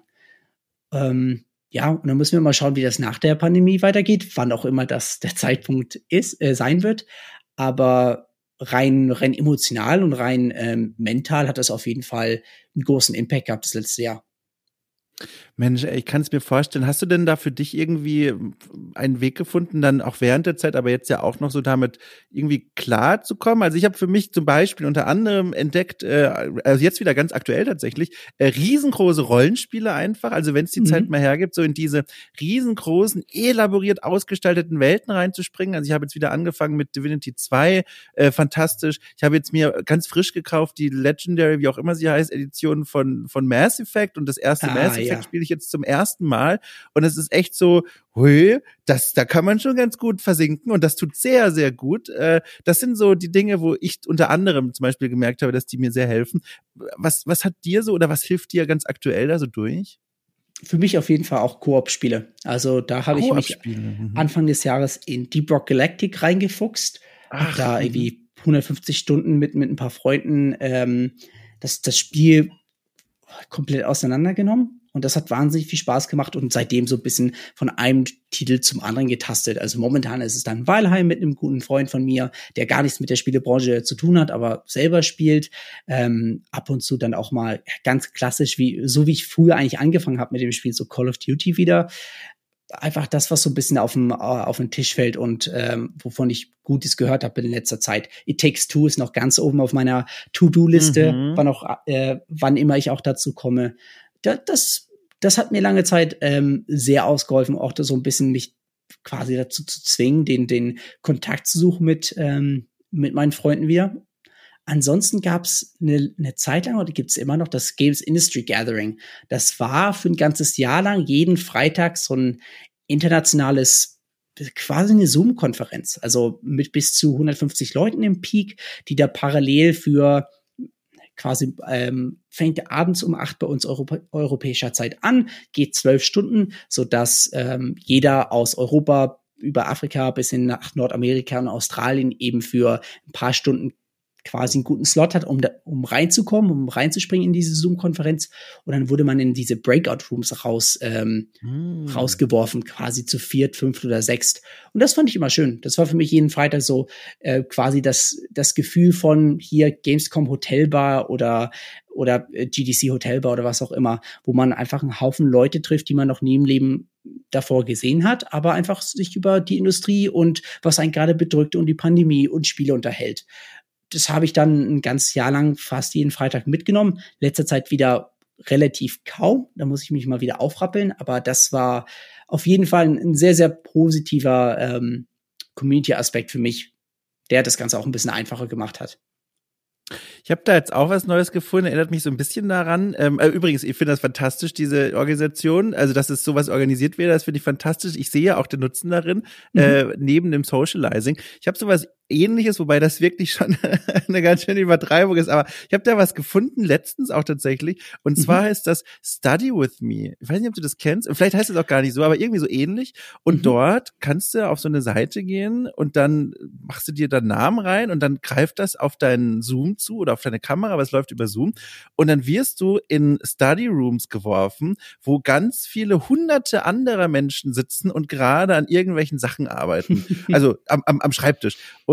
Ja, und dann müssen wir mal schauen, wie das nach der Pandemie weitergeht, wann auch immer das der Zeitpunkt sein wird. Aber rein emotional und rein mental hat das auf jeden Fall einen großen Impact gehabt das letzte Jahr. Mensch, ey, ich kann es mir vorstellen. Hast du denn da für dich irgendwie einen Weg gefunden, dann auch während der Zeit, aber jetzt ja auch noch so damit irgendwie klar zu kommen? Also ich habe für mich zum Beispiel unter anderem entdeckt, also jetzt wieder ganz aktuell tatsächlich, riesengroße Rollenspiele einfach. Also wenn es die Zeit mal hergibt, so in diese riesengroßen, elaboriert ausgestalteten Welten reinzuspringen. Also ich habe jetzt wieder angefangen mit Divinity 2, fantastisch. Ich habe jetzt mir ganz frisch gekauft die Legendary, wie auch immer sie heißt, Edition von Mass Effect und das erste Mass Effect spiele ich jetzt zum ersten Mal und es ist echt so, hui, da kann man schon ganz gut versinken und das tut sehr, sehr gut. Das sind so die Dinge, wo ich unter anderem zum Beispiel gemerkt habe, dass die mir sehr helfen. Was hat dir so oder was hilft dir ganz aktuell da so durch? Für mich auf jeden Fall auch Koop-Spiele. Also da habe ich mich Anfang des Jahres in Deep Rock Galactic reingefuchst. Hab da irgendwie 150 Stunden mit ein paar Freunden das Spiel komplett auseinandergenommen. Und das hat wahnsinnig viel Spaß gemacht und seitdem so ein bisschen von einem Titel zum anderen getastet. Also momentan ist es dann Valheim mit einem guten Freund von mir, der gar nichts mit der Spielebranche zu tun hat, aber selber spielt. Ab und zu dann auch mal ganz klassisch, so wie ich früher eigentlich angefangen habe mit dem Spiel, so Call of Duty wieder. Einfach das, was so ein bisschen auf den Tisch fällt und wovon ich Gutes gehört habe in letzter Zeit. It Takes Two ist noch ganz oben auf meiner To-Do-Liste, wann immer ich auch dazu komme. Das hat mir lange Zeit sehr ausgeholfen, auch so ein bisschen mich quasi dazu zu zwingen, den Kontakt zu suchen mit meinen Freunden wieder. Ansonsten gab es eine Zeit lang, oder gibt es immer noch, das Games Industry Gathering. Das war für ein ganzes Jahr lang jeden Freitag so ein internationales, quasi eine Zoom-Konferenz. Also mit bis zu 150 Leuten im Peak, die da parallel für quasi fängt abends um 8 bei uns europäischer Zeit an, geht 12 Stunden, sodass jeder aus Europa über Afrika bis hin nach Nordamerika und Australien eben für ein paar Stunden quasi einen guten Slot hat, um reinzukommen, um reinzuspringen in diese Zoom-Konferenz. Und dann wurde man in diese Breakout-Rooms rausgeworfen, quasi zu 4, 5 oder 6. Und das fand ich immer schön. Das war für mich jeden Freitag so quasi das Gefühl von hier Gamescom Hotelbar oder GDC Hotelbar oder was auch immer, wo man einfach einen Haufen Leute trifft, die man noch nie im Leben davor gesehen hat, aber einfach sich über die Industrie und was einen gerade bedrückt und die Pandemie und Spiele unterhält. Das habe ich dann ein ganzes Jahr lang fast jeden Freitag mitgenommen. Letzter Zeit wieder relativ kaum. Da muss ich mich mal wieder aufrappeln. Aber das war auf jeden Fall ein sehr, sehr positiver Community-Aspekt für mich, der das Ganze auch ein bisschen einfacher gemacht hat. Ich habe da jetzt auch was Neues gefunden, erinnert mich so ein bisschen daran. Übrigens, ich finde das fantastisch, diese Organisation, also dass es sowas organisiert wird, das finde ich fantastisch. Ich sehe auch den Nutzen darin, neben dem Socializing. Ich habe sowas Ähnliches, wobei das wirklich schon eine ganz schöne Übertreibung ist, aber ich habe da was gefunden, letztens auch tatsächlich, und zwar heißt das Study with Me. Ich weiß nicht, ob du das kennst, vielleicht heißt es auch gar nicht so, aber irgendwie so ähnlich, und dort kannst du auf so eine Seite gehen und dann machst du dir da Namen rein und dann greift das auf deinen Zoom zu oder auf deine Kamera, aber es läuft über Zoom, und dann wirst du in Study Rooms geworfen, wo ganz viele hunderte anderer Menschen sitzen und gerade an irgendwelchen Sachen arbeiten, also am Schreibtisch.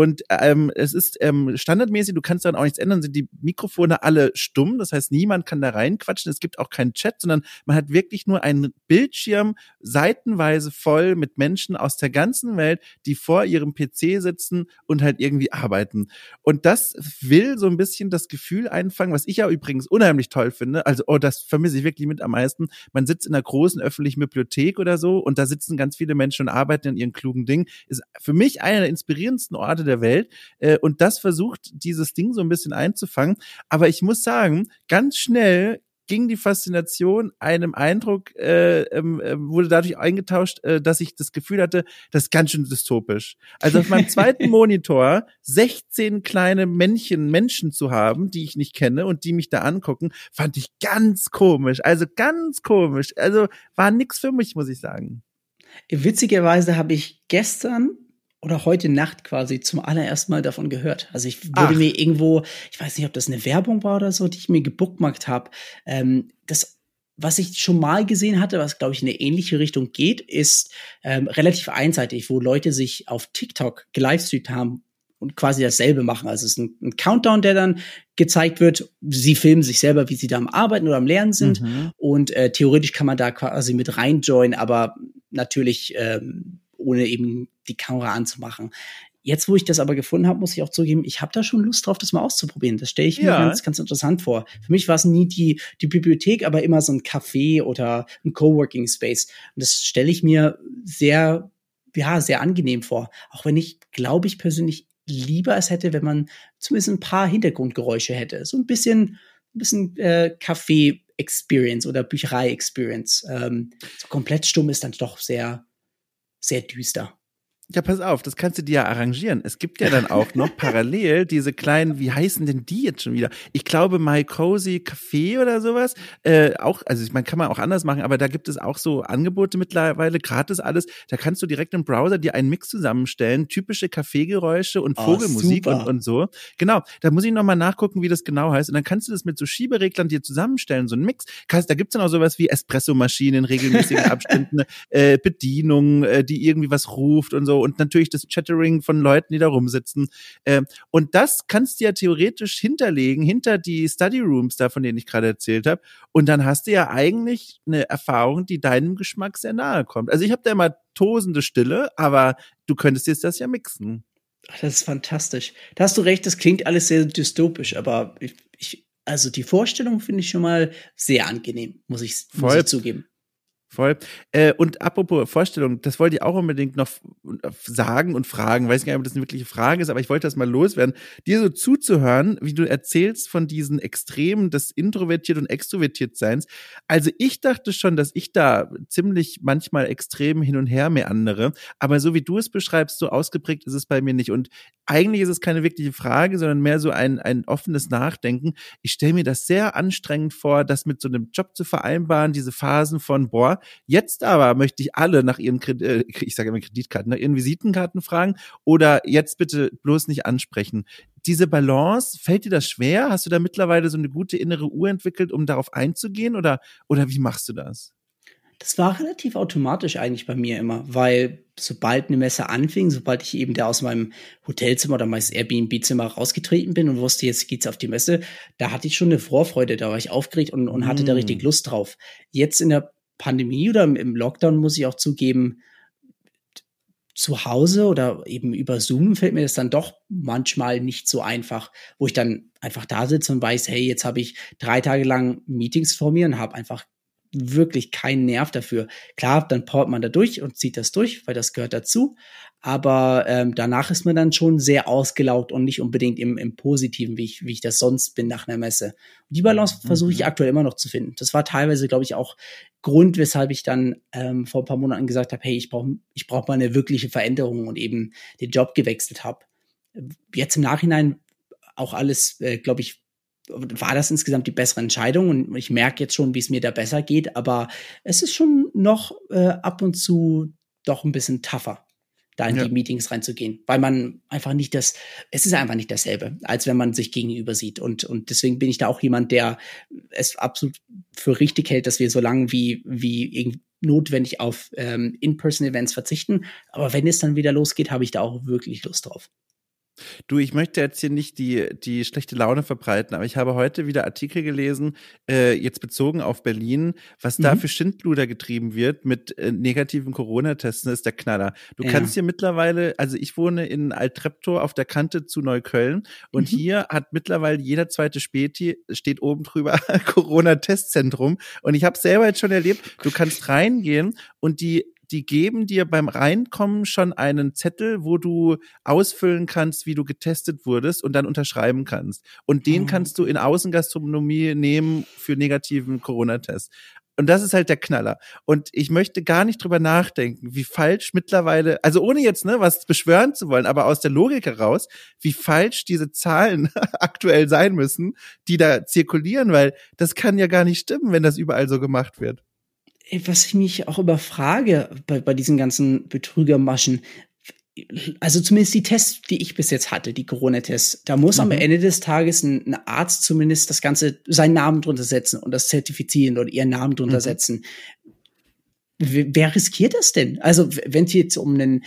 Und es ist standardmäßig, du kannst dann auch nichts ändern, sind die Mikrofone alle stumm, das heißt, niemand kann da reinquatschen, es gibt auch keinen Chat, sondern man hat wirklich nur einen Bildschirm seitenweise voll mit Menschen aus der ganzen Welt, die vor ihrem PC sitzen und halt irgendwie arbeiten. Und das will so ein bisschen das Gefühl einfangen, was ich ja übrigens unheimlich toll finde, also das vermisse ich wirklich mit am meisten, man sitzt in einer großen öffentlichen Bibliothek oder so und da sitzen ganz viele Menschen und arbeiten an ihren klugen Dingen, ist für mich einer der inspirierendsten Orte der Welt und das versucht dieses Ding so ein bisschen einzufangen, aber ich muss sagen, ganz schnell ging die Faszination einem Eindruck, wurde dadurch eingetauscht, dass ich das Gefühl hatte, das ist ganz schön dystopisch. Also auf meinem zweiten Monitor 16 kleine Menschen zu haben, die ich nicht kenne und die mich da angucken, fand ich ganz komisch. Also ganz komisch. Also war nix für mich, muss ich sagen. Witzigerweise habe ich gestern oder heute Nacht quasi zum allerersten Mal davon gehört. Also ich wurde mir irgendwo, ich weiß nicht, ob das eine Werbung war oder so, die ich mir gebookmarkt habe. Das, was ich schon mal gesehen hatte, was, glaube ich, in eine ähnliche Richtung geht, ist relativ einseitig, wo Leute sich auf TikTok gelivestreamt haben und quasi dasselbe machen. Also es ist ein Countdown, der dann gezeigt wird. Sie filmen sich selber, wie sie da am Arbeiten oder am Lernen sind. Und theoretisch kann man da quasi mit reinjoinen, aber natürlich ohne eben die Kamera anzumachen. Jetzt, wo ich das aber gefunden habe, muss ich auch zugeben, ich habe da schon Lust drauf, das mal auszuprobieren. Das stelle ich mir ganz, ganz interessant vor. Für mich war es nie die Bibliothek, aber immer so ein Café oder ein Coworking Space. Und das stelle ich mir sehr angenehm vor. Auch wenn ich, glaube ich, persönlich lieber es hätte, wenn man zumindest ein paar Hintergrundgeräusche hätte. So ein bisschen Café-Experience oder Bücherei-Experience. So komplett stumm ist dann doch sehr, sehr düster. Ja, pass auf, das kannst du dir ja arrangieren. Es gibt ja dann auch noch parallel diese kleinen, wie heißen denn die jetzt schon wieder? Ich glaube, My Cozy Café oder sowas. Auch, also ich meine, kann man auch anders machen, aber da gibt es auch so Angebote mittlerweile, gratis alles. Da kannst du direkt im Browser dir einen Mix zusammenstellen, typische Kaffeegeräusche und Vogelmusik und so. Genau, da muss ich nochmal nachgucken, wie das genau heißt. Und dann kannst du das mit so Schiebereglern dir zusammenstellen, so ein Mix. Da gibt's dann auch sowas wie Espressomaschinen, regelmäßigen Abständen, Bedienung, die irgendwie was ruft und so. Und natürlich das Chattering von Leuten, die da rumsitzen. Und das kannst du ja theoretisch hinterlegen, hinter die Study Rooms da, von denen ich gerade erzählt habe. Und dann hast du ja eigentlich eine Erfahrung, die deinem Geschmack sehr nahe kommt. Also ich habe da immer tosende Stille, aber du könntest jetzt das ja mixen. Das ist fantastisch. Da hast du recht, das klingt alles sehr dystopisch, aber also die Vorstellung finde ich schon mal sehr angenehm, muss ich zugeben. Voll. Und apropos Vorstellung, das wollte ich auch unbedingt noch sagen und fragen. Weiß gar nicht, ob das eine wirkliche Frage ist, aber ich wollte das mal loswerden. Dir so zuzuhören, wie du erzählst von diesen Extremen des introvertiert und extrovertiert Seins. Also ich dachte schon, dass ich da ziemlich manchmal extrem hin und her meandere. Aber so wie du es beschreibst, so ausgeprägt ist es bei mir nicht. Und eigentlich ist es keine wirkliche Frage, sondern mehr so ein offenes Nachdenken. Ich stelle mir das sehr anstrengend vor, das mit so einem Job zu vereinbaren, diese Phasen von, jetzt aber möchte ich alle nach ihren ich sage immer Kreditkarten, nach ihren Visitenkarten fragen oder jetzt bitte bloß nicht ansprechen. Diese Balance, fällt dir das schwer? Hast du da mittlerweile so eine gute innere Uhr entwickelt, um darauf einzugehen oder wie machst du das? Das war relativ automatisch eigentlich bei mir immer, weil sobald eine Messe anfing, sobald ich eben da aus meinem Hotelzimmer oder meinem Airbnb-Zimmer rausgetreten bin und wusste, jetzt geht's auf die Messe, da hatte ich schon eine Vorfreude, da war ich aufgeregt und hatte da richtig Lust drauf. Jetzt in der Pandemie oder im Lockdown muss ich auch zugeben, zu Hause oder eben über Zoom fällt mir das dann doch manchmal nicht so einfach, wo ich dann einfach da sitze und weiß, hey, jetzt habe ich 3 Tage lang Meetings vor mir und habe einfach wirklich keinen Nerv dafür. Klar, dann powert man da durch und zieht das durch, weil das gehört dazu. Aber danach ist man dann schon sehr ausgelaugt und nicht unbedingt im Positiven, wie ich das sonst bin nach einer Messe. Und die Balance versuche ich aktuell immer noch zu finden. Das war teilweise, glaube ich, auch Grund, weshalb ich dann vor ein paar Monaten gesagt habe, hey, ich brauch mal eine wirkliche Veränderung und eben den Job gewechselt habe. Jetzt im Nachhinein auch alles, glaube ich, war das insgesamt die bessere Entscheidung und ich merke jetzt schon, wie es mir da besser geht, aber es ist schon noch ab und zu doch ein bisschen tougher, da in die Meetings reinzugehen, weil man einfach es ist einfach nicht dasselbe, als wenn man sich gegenüber sieht und deswegen bin ich da auch jemand, der es absolut für richtig hält, dass wir so lange wie notwendig auf In-Person-Events verzichten, aber wenn es dann wieder losgeht, habe ich da auch wirklich Lust drauf. Du, ich möchte jetzt hier nicht die schlechte Laune verbreiten, aber ich habe heute wieder Artikel gelesen, jetzt bezogen auf Berlin, was da für Schindluder getrieben wird mit negativen Corona-Tests, ist der Knaller. Du kannst hier mittlerweile, also ich wohne in Alt-Treptow auf der Kante zu Neukölln und hier hat mittlerweile jeder zweite Späti, steht oben drüber Corona-Testzentrum und ich habe selber jetzt schon erlebt, du kannst reingehen und die geben dir beim Reinkommen schon einen Zettel, wo du ausfüllen kannst, wie du getestet wurdest und dann unterschreiben kannst. Und den kannst du in Außengastronomie nehmen für negativen Corona-Test. Und das ist halt der Knaller. Und ich möchte gar nicht drüber nachdenken, wie falsch mittlerweile, also ohne jetzt was beschwören zu wollen, aber aus der Logik heraus, wie falsch diese Zahlen aktuell sein müssen, die da zirkulieren, weil das kann ja gar nicht stimmen, wenn das überall so gemacht wird. Was ich mich auch überfrage bei diesen ganzen Betrügermaschen, also zumindest die Tests, die ich bis jetzt hatte, die Corona-Tests, da muss am Ende des Tages ein Arzt zumindest das Ganze, seinen Namen drunter setzen und das zertifizieren oder ihren Namen drunter setzen. Wer riskiert das denn? Also wenn es jetzt um einen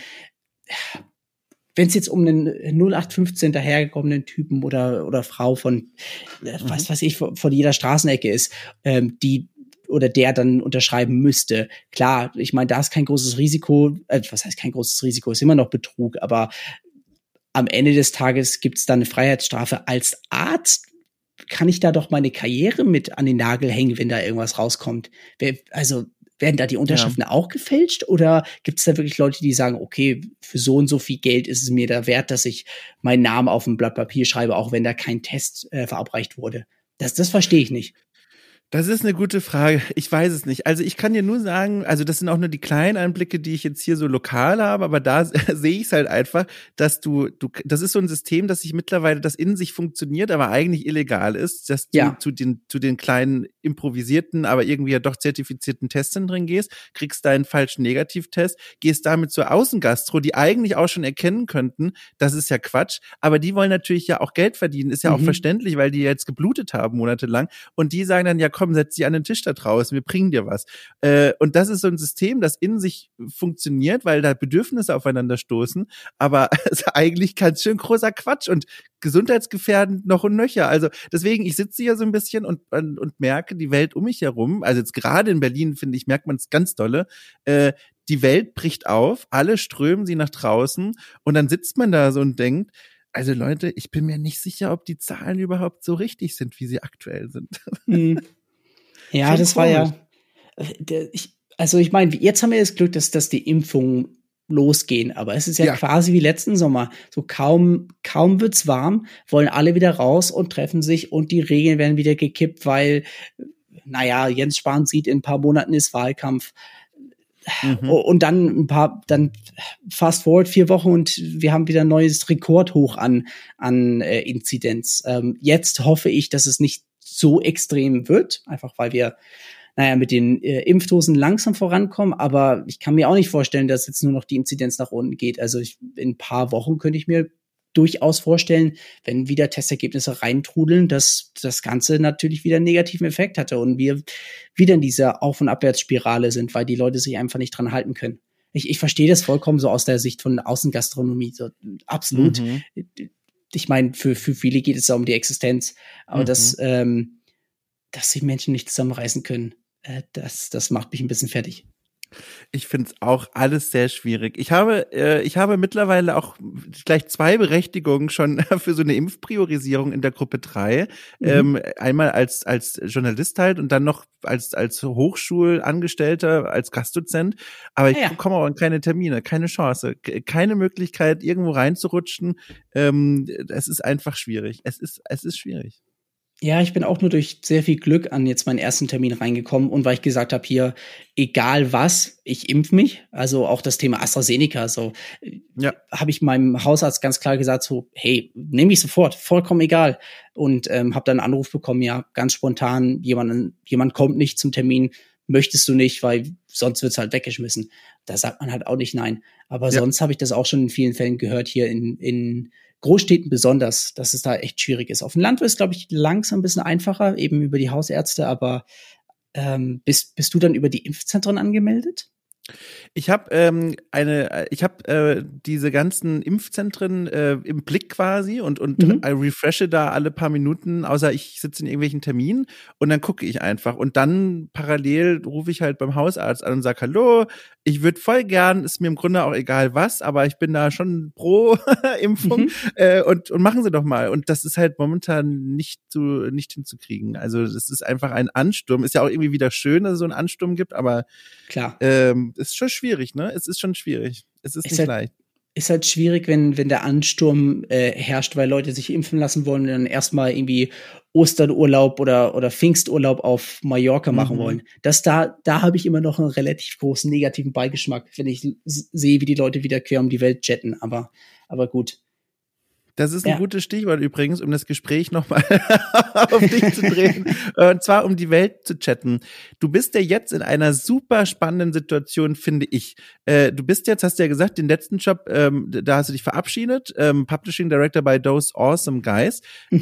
0815 dahergekommenen Typen oder Frau von, was weiß ich, von jeder Straßenecke ist, die oder der dann unterschreiben müsste. Klar, ich meine, da ist kein großes Risiko, was heißt kein großes Risiko, ist immer noch Betrug, aber am Ende des Tages gibt es da eine Freiheitsstrafe. Als Arzt kann ich da doch meine Karriere mit an den Nagel hängen, wenn da irgendwas rauskommt. Also werden da die Unterschriften auch gefälscht oder gibt es da wirklich Leute, die sagen, okay, für so und so viel Geld ist es mir da wert, dass ich meinen Namen auf ein Blatt Papier schreibe, auch wenn da kein Test verabreicht wurde? Das verstehe ich nicht. Das ist eine gute Frage. Ich weiß es nicht. Also ich kann dir nur sagen, also das sind auch nur die kleinen Einblicke, die ich jetzt hier so lokal habe, aber da sehe ich es halt einfach, dass das ist so ein System, das sich mittlerweile, das in sich funktioniert, aber eigentlich illegal ist, dass du zu den kleinen improvisierten, aber irgendwie ja doch zertifizierten Testzentren gehst, kriegst deinen falschen Negativtest, gehst damit zur Außengastro, die eigentlich auch schon erkennen könnten, das ist ja Quatsch, aber die wollen natürlich ja auch Geld verdienen, ist ja auch verständlich, weil die jetzt geblutet haben monatelang und die sagen dann, ja komm, setz dich an den Tisch da draußen, wir bringen dir was. Und das ist so ein System, das in sich funktioniert, weil da Bedürfnisse aufeinander stoßen, aber eigentlich ganz schön großer Quatsch und gesundheitsgefährdend noch und nöcher. Also deswegen, ich sitze hier so ein bisschen und merke die Welt um mich herum, also jetzt gerade in Berlin, finde ich, merkt man es ganz dolle, die Welt bricht auf, alle strömen sie nach draußen und dann sitzt man da so und denkt, also Leute, ich bin mir nicht sicher, ob die Zahlen überhaupt so richtig sind, wie sie aktuell sind. Ja, schon das komisch. War ja, ich meine, jetzt haben wir das Glück, dass die Impfungen losgehen, aber es ist ja quasi wie letzten Sommer. So kaum wird's warm, wollen alle wieder raus und treffen sich und die Regeln werden wieder gekippt, weil, Jens Spahn sieht, in ein paar Monaten ist Wahlkampf. Und dann fast forward 4 Wochen und wir haben wieder ein neues Rekordhoch an Inzidenz. Jetzt hoffe ich, dass es nicht so extrem wird, einfach weil wir mit den Impfdosen langsam vorankommen, aber ich kann mir auch nicht vorstellen, dass jetzt nur noch die Inzidenz nach unten geht. Also in ein paar Wochen könnte ich mir durchaus vorstellen, wenn wieder Testergebnisse reintrudeln, dass das Ganze natürlich wieder einen negativen Effekt hatte und wir wieder in dieser Auf- und Abwärtsspirale sind, weil die Leute sich einfach nicht dran halten können. Ich verstehe das vollkommen so aus der Sicht von Außengastronomie, so absolut. Ich meine, für viele geht es ja um die Existenz, aber dass sich Menschen nicht zusammenreißen können, das macht mich ein bisschen fertig. Ich finde es auch alles sehr schwierig. Ich habe mittlerweile auch gleich 2 Berechtigungen schon für so eine Impfpriorisierung in der Gruppe 3. Einmal als Journalist halt und dann noch als Hochschulangestellter, als Gastdozent. Aber ich bekomme auch keine Termine, keine Chance, keine Möglichkeit, irgendwo reinzurutschen. Es ist einfach schwierig. Es ist schwierig. Ja, ich bin auch nur durch sehr viel Glück an jetzt meinen ersten Termin reingekommen und weil ich gesagt habe, hier, egal was, ich impf mich. Also auch das Thema AstraZeneca, so habe ich meinem Hausarzt ganz klar gesagt, so, hey, nehme ich sofort, vollkommen egal. Und habe dann einen Anruf bekommen, ja, ganz spontan, jemand kommt nicht zum Termin, möchtest du nicht, weil sonst wird's halt weggeschmissen. Da sagt man halt auch nicht nein. Aber sonst habe ich das auch schon in vielen Fällen gehört, hier in Großstädten besonders, dass es da echt schwierig ist. Auf dem Land wird es, glaube ich, langsam ein bisschen einfacher, eben über die Hausärzte, aber bist du dann über die Impfzentren angemeldet? Ich habe diese ganzen Impfzentren im Blick quasi und refreshe da alle paar Minuten, außer ich sitze in irgendwelchen Terminen und dann gucke ich einfach und dann parallel rufe ich halt beim Hausarzt an und sag Hallo, ich würde voll gern, ist mir im Grunde auch egal was, aber ich bin da schon pro Impfung und machen Sie doch mal und das ist halt momentan nicht hinzukriegen. Also das ist einfach ein Ansturm, ist ja auch irgendwie wieder schön, dass es so einen Ansturm gibt, aber Klar. ist schon schwierig, ne? Es ist schon schwierig. Es ist nicht halt, leicht. Ist halt schwierig, wenn der Ansturm herrscht, weil Leute sich impfen lassen wollen und dann erstmal irgendwie Osternurlaub oder Pfingsturlaub auf Mallorca machen wollen. Da habe ich immer noch einen relativ großen negativen Beigeschmack, wenn ich sehe, wie die Leute wieder quer um die Welt jetten. Aber gut. Das ist ein gutes Stichwort übrigens, um das Gespräch nochmal auf dich zu drehen. Und zwar um die Welt zu chatten. Du bist ja jetzt in einer super spannenden Situation, finde ich. Du bist jetzt, hast du ja gesagt, den letzten Job, da hast du dich verabschiedet, Publishing Director bei Those Awesome Guys.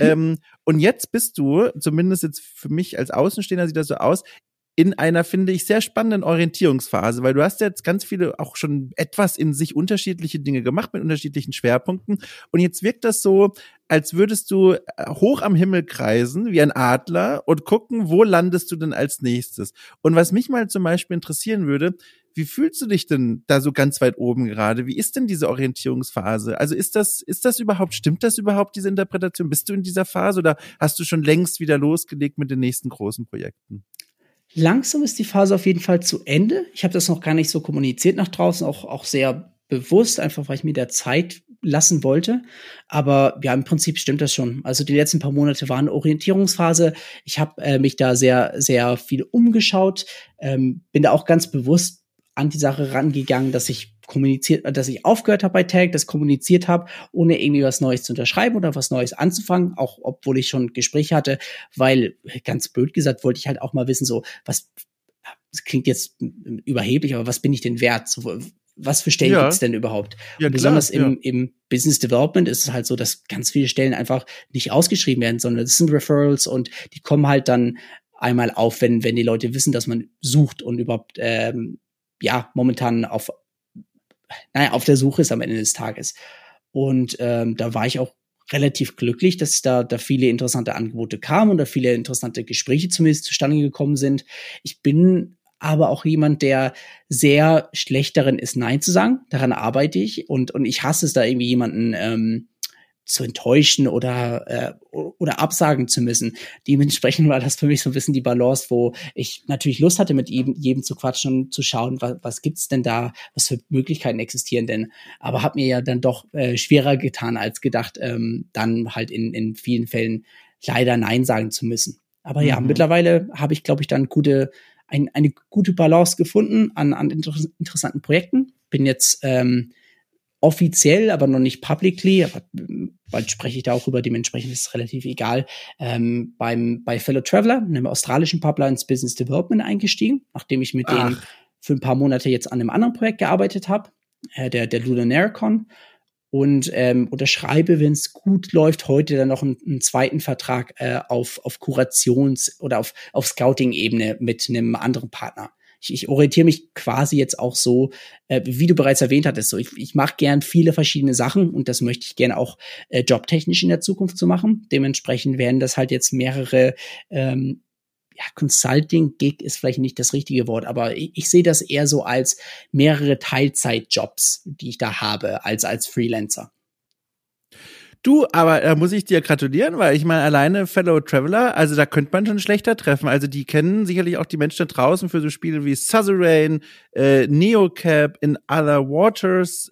Und jetzt bist du, zumindest jetzt für mich als Außenstehender sieht das so aus, in einer, finde ich, sehr spannenden Orientierungsphase, weil du hast jetzt ganz viele auch schon etwas in sich unterschiedliche Dinge gemacht mit unterschiedlichen Schwerpunkten und jetzt wirkt das so, als würdest du hoch am Himmel kreisen wie ein Adler und gucken, wo landest du denn als nächstes. Und was mich mal zum Beispiel interessieren würde, wie fühlst du dich denn da so ganz weit oben gerade? Wie ist denn diese Orientierungsphase? Also ist das überhaupt, stimmt das überhaupt, diese Interpretation? Bist du in dieser Phase oder hast du schon längst wieder losgelegt mit den nächsten großen Projekten? Langsam ist die Phase auf jeden Fall zu Ende. Ich habe das noch gar nicht so kommuniziert nach draußen, auch sehr bewusst, einfach weil ich mir da Zeit lassen wollte. Aber ja, im Prinzip stimmt das schon. Also die letzten paar Monate waren Orientierungsphase. Ich habe mich da sehr, sehr viel umgeschaut, bin da auch ganz bewusst an die Sache rangegangen, dass ich aufgehört habe bei Tag, das kommuniziert habe, ohne irgendwie was Neues zu unterschreiben oder was Neues anzufangen, auch obwohl ich schon Gespräche hatte, weil, ganz blöd gesagt, wollte ich halt auch mal wissen, so, das klingt jetzt überheblich, aber was bin ich denn wert? So, was für Stellen gibt's denn überhaupt? Ja, und besonders im Business Development ist es halt so, dass ganz viele Stellen einfach nicht ausgeschrieben werden, sondern das sind Referrals und die kommen halt dann einmal auf, wenn die Leute wissen, dass man sucht und überhaupt momentan auf der Suche ist am Ende des Tages. Und da war ich auch relativ glücklich, dass da viele interessante Angebote kamen und da viele interessante Gespräche zumindest zustande gekommen sind. Ich bin aber auch jemand, der sehr schlecht darin ist, Nein zu sagen. Daran arbeite ich und ich hasse es, da irgendwie jemanden zu enttäuschen oder absagen zu müssen. Dementsprechend war das für mich so ein bisschen die Balance, wo ich natürlich Lust hatte, mit jedem zu quatschen und zu schauen, was gibt's denn da, was für Möglichkeiten existieren denn. Aber hat mir ja dann doch schwerer getan als gedacht, dann halt in vielen Fällen leider Nein sagen zu müssen. Aber ja, mittlerweile habe ich, glaube ich, dann eine gute Balance gefunden an interessanten Projekten. Bin jetzt offiziell, aber noch nicht publicly, aber bald spreche ich da auch über, dementsprechend ist es relativ egal, bei Fellow Traveler, einem australischen Publisher, ins Business Development eingestiegen, nachdem ich mit denen für ein paar Monate jetzt an einem anderen Projekt gearbeitet habe, der Lunaricon, und unterschreibe, wenn es gut läuft, heute dann noch einen zweiten Vertrag auf Kurations- oder auf Scouting-Ebene mit einem anderen Partner. Ich orientiere mich quasi jetzt auch so, wie du bereits erwähnt hattest, so ich mache gern viele verschiedene Sachen und das möchte ich gerne auch jobtechnisch in der Zukunft zu machen. Dementsprechend werden das halt jetzt mehrere Consulting-Gig ist vielleicht nicht das richtige Wort, aber ich sehe das eher so als mehrere Teilzeitjobs, die ich da habe, als Freelancer. Du, aber da muss ich dir gratulieren, weil ich meine, alleine Fellow Traveler, also da könnte man schon schlechter treffen. Also die kennen sicherlich auch die Menschen da draußen für so Spiele wie Suzerain, Neocap, In Other Waters,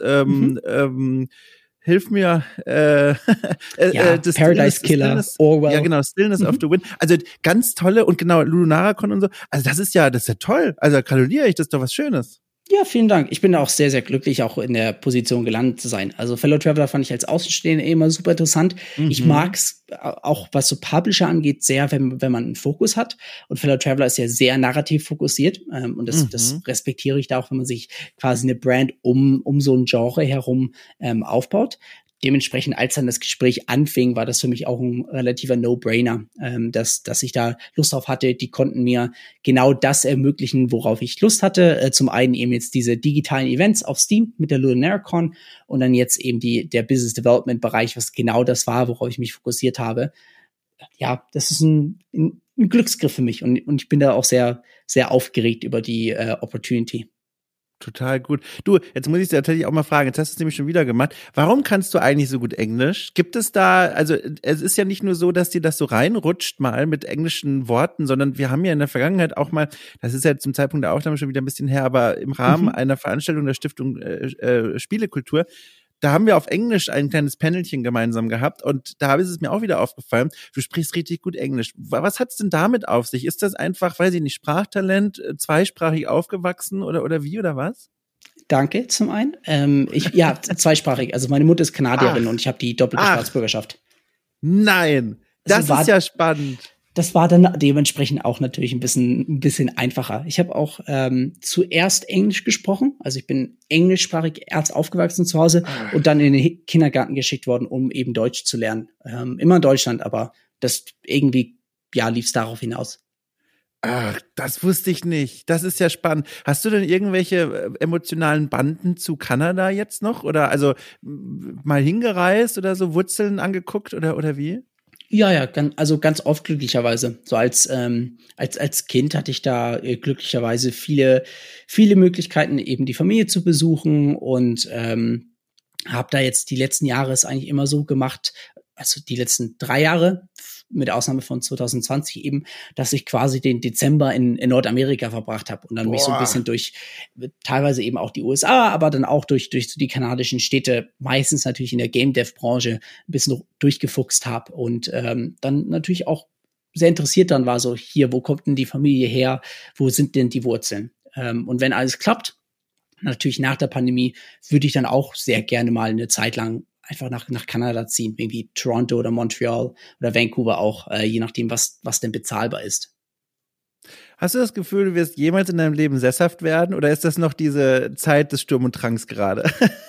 hilf mir, das Paradise Killer, Orwell. Ja, genau, Stillness of the Wind. Also ganz tolle und genau, Lunaricon und so. Also das ist ja toll. Also gratuliere ich, das ist doch was Schönes. Ja, vielen Dank. Ich bin auch sehr, sehr glücklich, auch in der Position gelandet zu sein. Also Fellow Traveler fand ich als Außenstehender immer super interessant. Ich mag's auch, was so Publisher angeht, sehr, wenn man einen Fokus hat. Und Fellow Traveler ist ja sehr narrativ fokussiert. Und das respektiere ich da auch, wenn man sich quasi eine Brand um so ein Genre herum aufbaut. dementsprechend, als dann das Gespräch anfing, war das für mich auch ein relativer No-Brainer, dass ich da Lust drauf hatte. Die konnten mir genau das ermöglichen, worauf ich Lust hatte. Zum einen eben jetzt diese digitalen Events auf Steam mit der LunareCon und dann jetzt eben der Business Development Bereich, was genau das war, worauf ich mich fokussiert habe. Ja, das ist ein Glücksgriff für mich und ich bin da auch sehr, sehr aufgeregt über die Opportunity. Total gut. Du, jetzt muss ich dir tatsächlich auch mal fragen, jetzt hast du es nämlich schon wieder gemacht. Warum kannst du eigentlich so gut Englisch? Gibt es da, also es ist ja nicht nur so, dass dir das so reinrutscht mal mit englischen Worten, sondern wir haben ja in der Vergangenheit auch mal, das ist ja zum Zeitpunkt der Aufnahme schon wieder ein bisschen her, aber im Rahmen einer Veranstaltung der Stiftung Spielekultur, da haben wir auf Englisch ein kleines Panelchen gemeinsam gehabt und da ist es mir auch wieder aufgefallen, du sprichst richtig gut Englisch. Was hat's denn damit auf sich? Ist das einfach, weiß ich nicht, Sprachtalent, zweisprachig aufgewachsen oder wie oder was? Danke zum einen. Zweisprachig. Also meine Mutter ist Kanadierin und ich habe die doppelte Staatsbürgerschaft. Nein, das ist ja spannend. Das war dann dementsprechend auch natürlich ein bisschen einfacher. Ich habe auch zuerst Englisch gesprochen, also ich bin englischsprachig erst aufgewachsen zu Hause und dann in den Kindergarten geschickt worden, um eben Deutsch zu lernen. Immer in Deutschland, aber das irgendwie, ja, lief es darauf hinaus. Ach, das wusste ich nicht. Das ist ja spannend. Hast du denn irgendwelche emotionalen Banden zu Kanada jetzt noch? Oder also mal hingereist oder so, Wurzeln angeguckt oder wie? Ja, ganz oft glücklicherweise. So als Kind hatte ich da glücklicherweise viele Möglichkeiten, eben die Familie zu besuchen und habe da jetzt die letzten Jahre es eigentlich immer so gemacht, also die letzten 3 Jahre, mit Ausnahme von 2020 eben, dass ich quasi den Dezember in Nordamerika verbracht habe und dann mich so ein bisschen durch teilweise eben auch die USA, aber dann auch durch so die kanadischen Städte, meistens natürlich in der Game Dev Branche, ein bisschen durchgefuchst habe und dann natürlich auch sehr interessiert dann war so, hier, wo kommt denn die Familie her, wo sind denn die Wurzeln? Und wenn alles klappt, natürlich nach der Pandemie, würde ich dann auch sehr gerne mal eine Zeit lang einfach nach Kanada ziehen, irgendwie Toronto oder Montreal oder Vancouver auch, je nachdem, was denn bezahlbar ist. Hast du das Gefühl, du wirst jemals in deinem Leben sesshaft werden oder ist das noch diese Zeit des Sturm und Drangs gerade?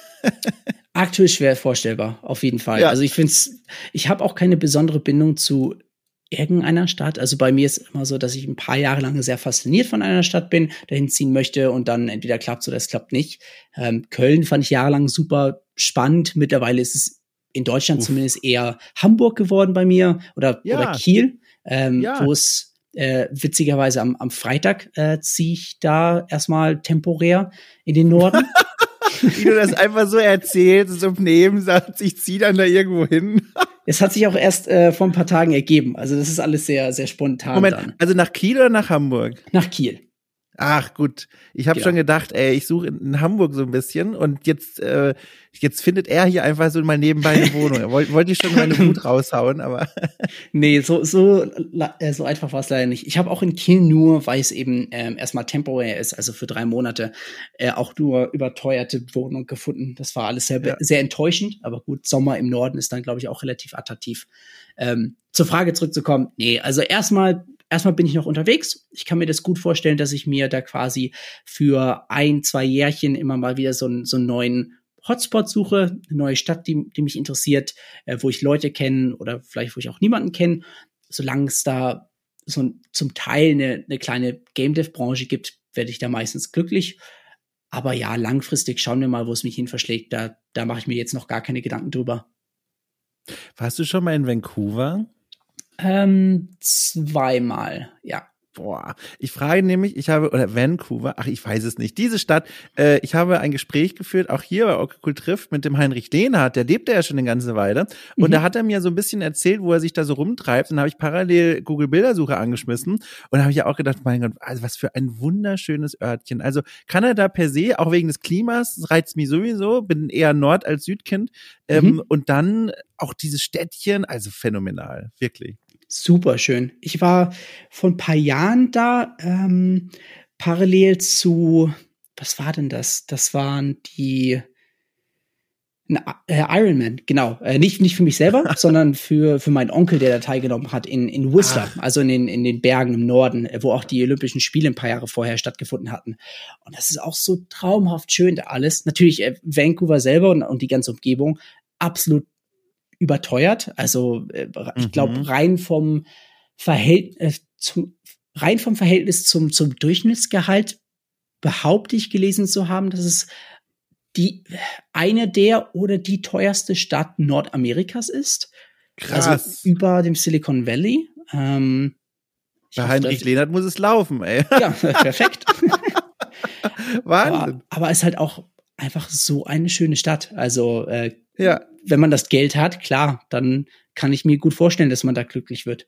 Aktuell schwer vorstellbar, auf jeden Fall. Ja. Also ich habe auch keine besondere Bindung zu irgendeiner Stadt. Also bei mir ist immer so, dass ich ein paar Jahre lang sehr fasziniert von einer Stadt bin, dahin ziehen möchte und dann entweder klappt es oder es klappt nicht. Köln fand ich jahrelang super spannend. Mittlerweile ist es in Deutschland zumindest eher Hamburg geworden bei mir oder Kiel, wo es witzigerweise am Freitag ziehe ich da erstmal temporär in den Norden. Wie du das einfach so erzählst, so im Nebensatz, ich ziehe dann da irgendwo hin. Es hat sich auch erst vor ein paar Tagen ergeben. Also das ist alles sehr, sehr spontan. Moment, dann. Also nach Kiel oder nach Hamburg? Nach Kiel. Ach gut, ich habe schon gedacht, ich suche in Hamburg so ein bisschen und jetzt findet er hier einfach so mal nebenbei eine Wohnung. Wollte ich schon meine Wut raushauen, aber nee, so einfach war es leider nicht. Ich habe auch in Kiel nur, weil es eben erstmal temporär ist, also für 3 Monate, auch nur überteuerte Wohnung gefunden. Das war alles sehr enttäuschend, aber gut, Sommer im Norden ist dann, glaube ich, auch relativ attraktiv. Zur Frage zurückzukommen, nee, also erstmal bin ich noch unterwegs. Ich kann mir das gut vorstellen, dass ich mir da quasi für 1-2 Jährchen immer mal wieder so einen neuen Hotspot suche, eine neue Stadt, die mich interessiert, wo ich Leute kenne oder vielleicht, wo ich auch niemanden kenne. Solange es da so zum Teil eine kleine Game-Dev-Branche gibt, werde ich da meistens glücklich. Aber ja, langfristig schauen wir mal, wo es mich hin verschlägt. Da mache ich mir jetzt noch gar keine Gedanken drüber. Warst du schon mal in Vancouver? 2-mal, ja. Boah, ich frage nämlich, oder Vancouver, ich weiß es nicht, diese Stadt, ich habe ein Gespräch geführt, auch hier bei Okay Cool trifft, mit dem Heinrich Dehnhardt, der lebt ja schon eine ganze Weile und da hat er mir so ein bisschen erzählt, wo er sich da so rumtreibt und da habe ich parallel Google Bildersuche angeschmissen und da habe ich ja auch gedacht, mein Gott, also was für ein wunderschönes Örtchen. Also Kanada per se, auch wegen des Klimas, reizt mich sowieso, bin eher Nord- als Südkind und dann auch dieses Städtchen, also phänomenal, wirklich. Super schön. Ich war vor ein paar Jahren da, parallel zu, was war denn das? Das waren Ironman, genau. Nicht für mich selber, sondern für meinen Onkel, der da teilgenommen hat in Whistler, also in den Bergen im Norden, wo auch die Olympischen Spiele ein paar Jahre vorher stattgefunden hatten. Und das ist auch so traumhaft schön da alles. Natürlich Vancouver selber und die ganze Umgebung, absolut überteuert. Also ich glaube, rein vom Verhältnis zum Durchschnittsgehalt behaupte ich gelesen zu haben, dass es eine der oder die teuerste Stadt Nordamerikas ist. Krass. Also über dem Silicon Valley. Bei Heinrich Lehnert muss es laufen, ey. Ja, perfekt. Wahnsinn. Aber es ist halt auch einfach so eine schöne Stadt. Also, ja. Wenn man das Geld hat, klar, dann kann ich mir gut vorstellen, dass man da glücklich wird.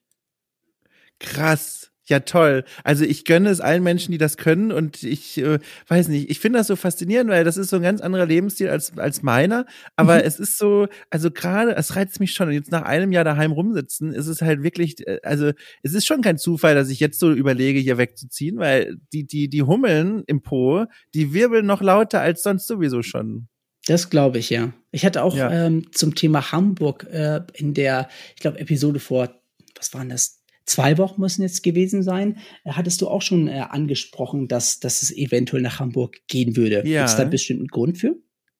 Krass. Ja, toll. Also ich gönne es allen Menschen, die das können und ich weiß nicht, ich finde das so faszinierend, weil das ist so ein ganz anderer Lebensstil als meiner, aber es ist so, also gerade, es reizt mich schon und jetzt nach einem Jahr daheim rumsitzen, ist es halt wirklich, also es ist schon kein Zufall, dass ich jetzt so überlege, hier wegzuziehen, weil die Hummeln im Po, die wirbeln noch lauter als sonst sowieso schon. Das glaube ich, ja. Ich hatte auch zum Thema Hamburg in der, ich glaube, Episode vor, was waren das? 2 Wochen müssen jetzt gewesen sein. Hattest du auch schon angesprochen, dass es eventuell nach Hamburg gehen würde? Ja. Gibt es da bestimmt einen Grund für?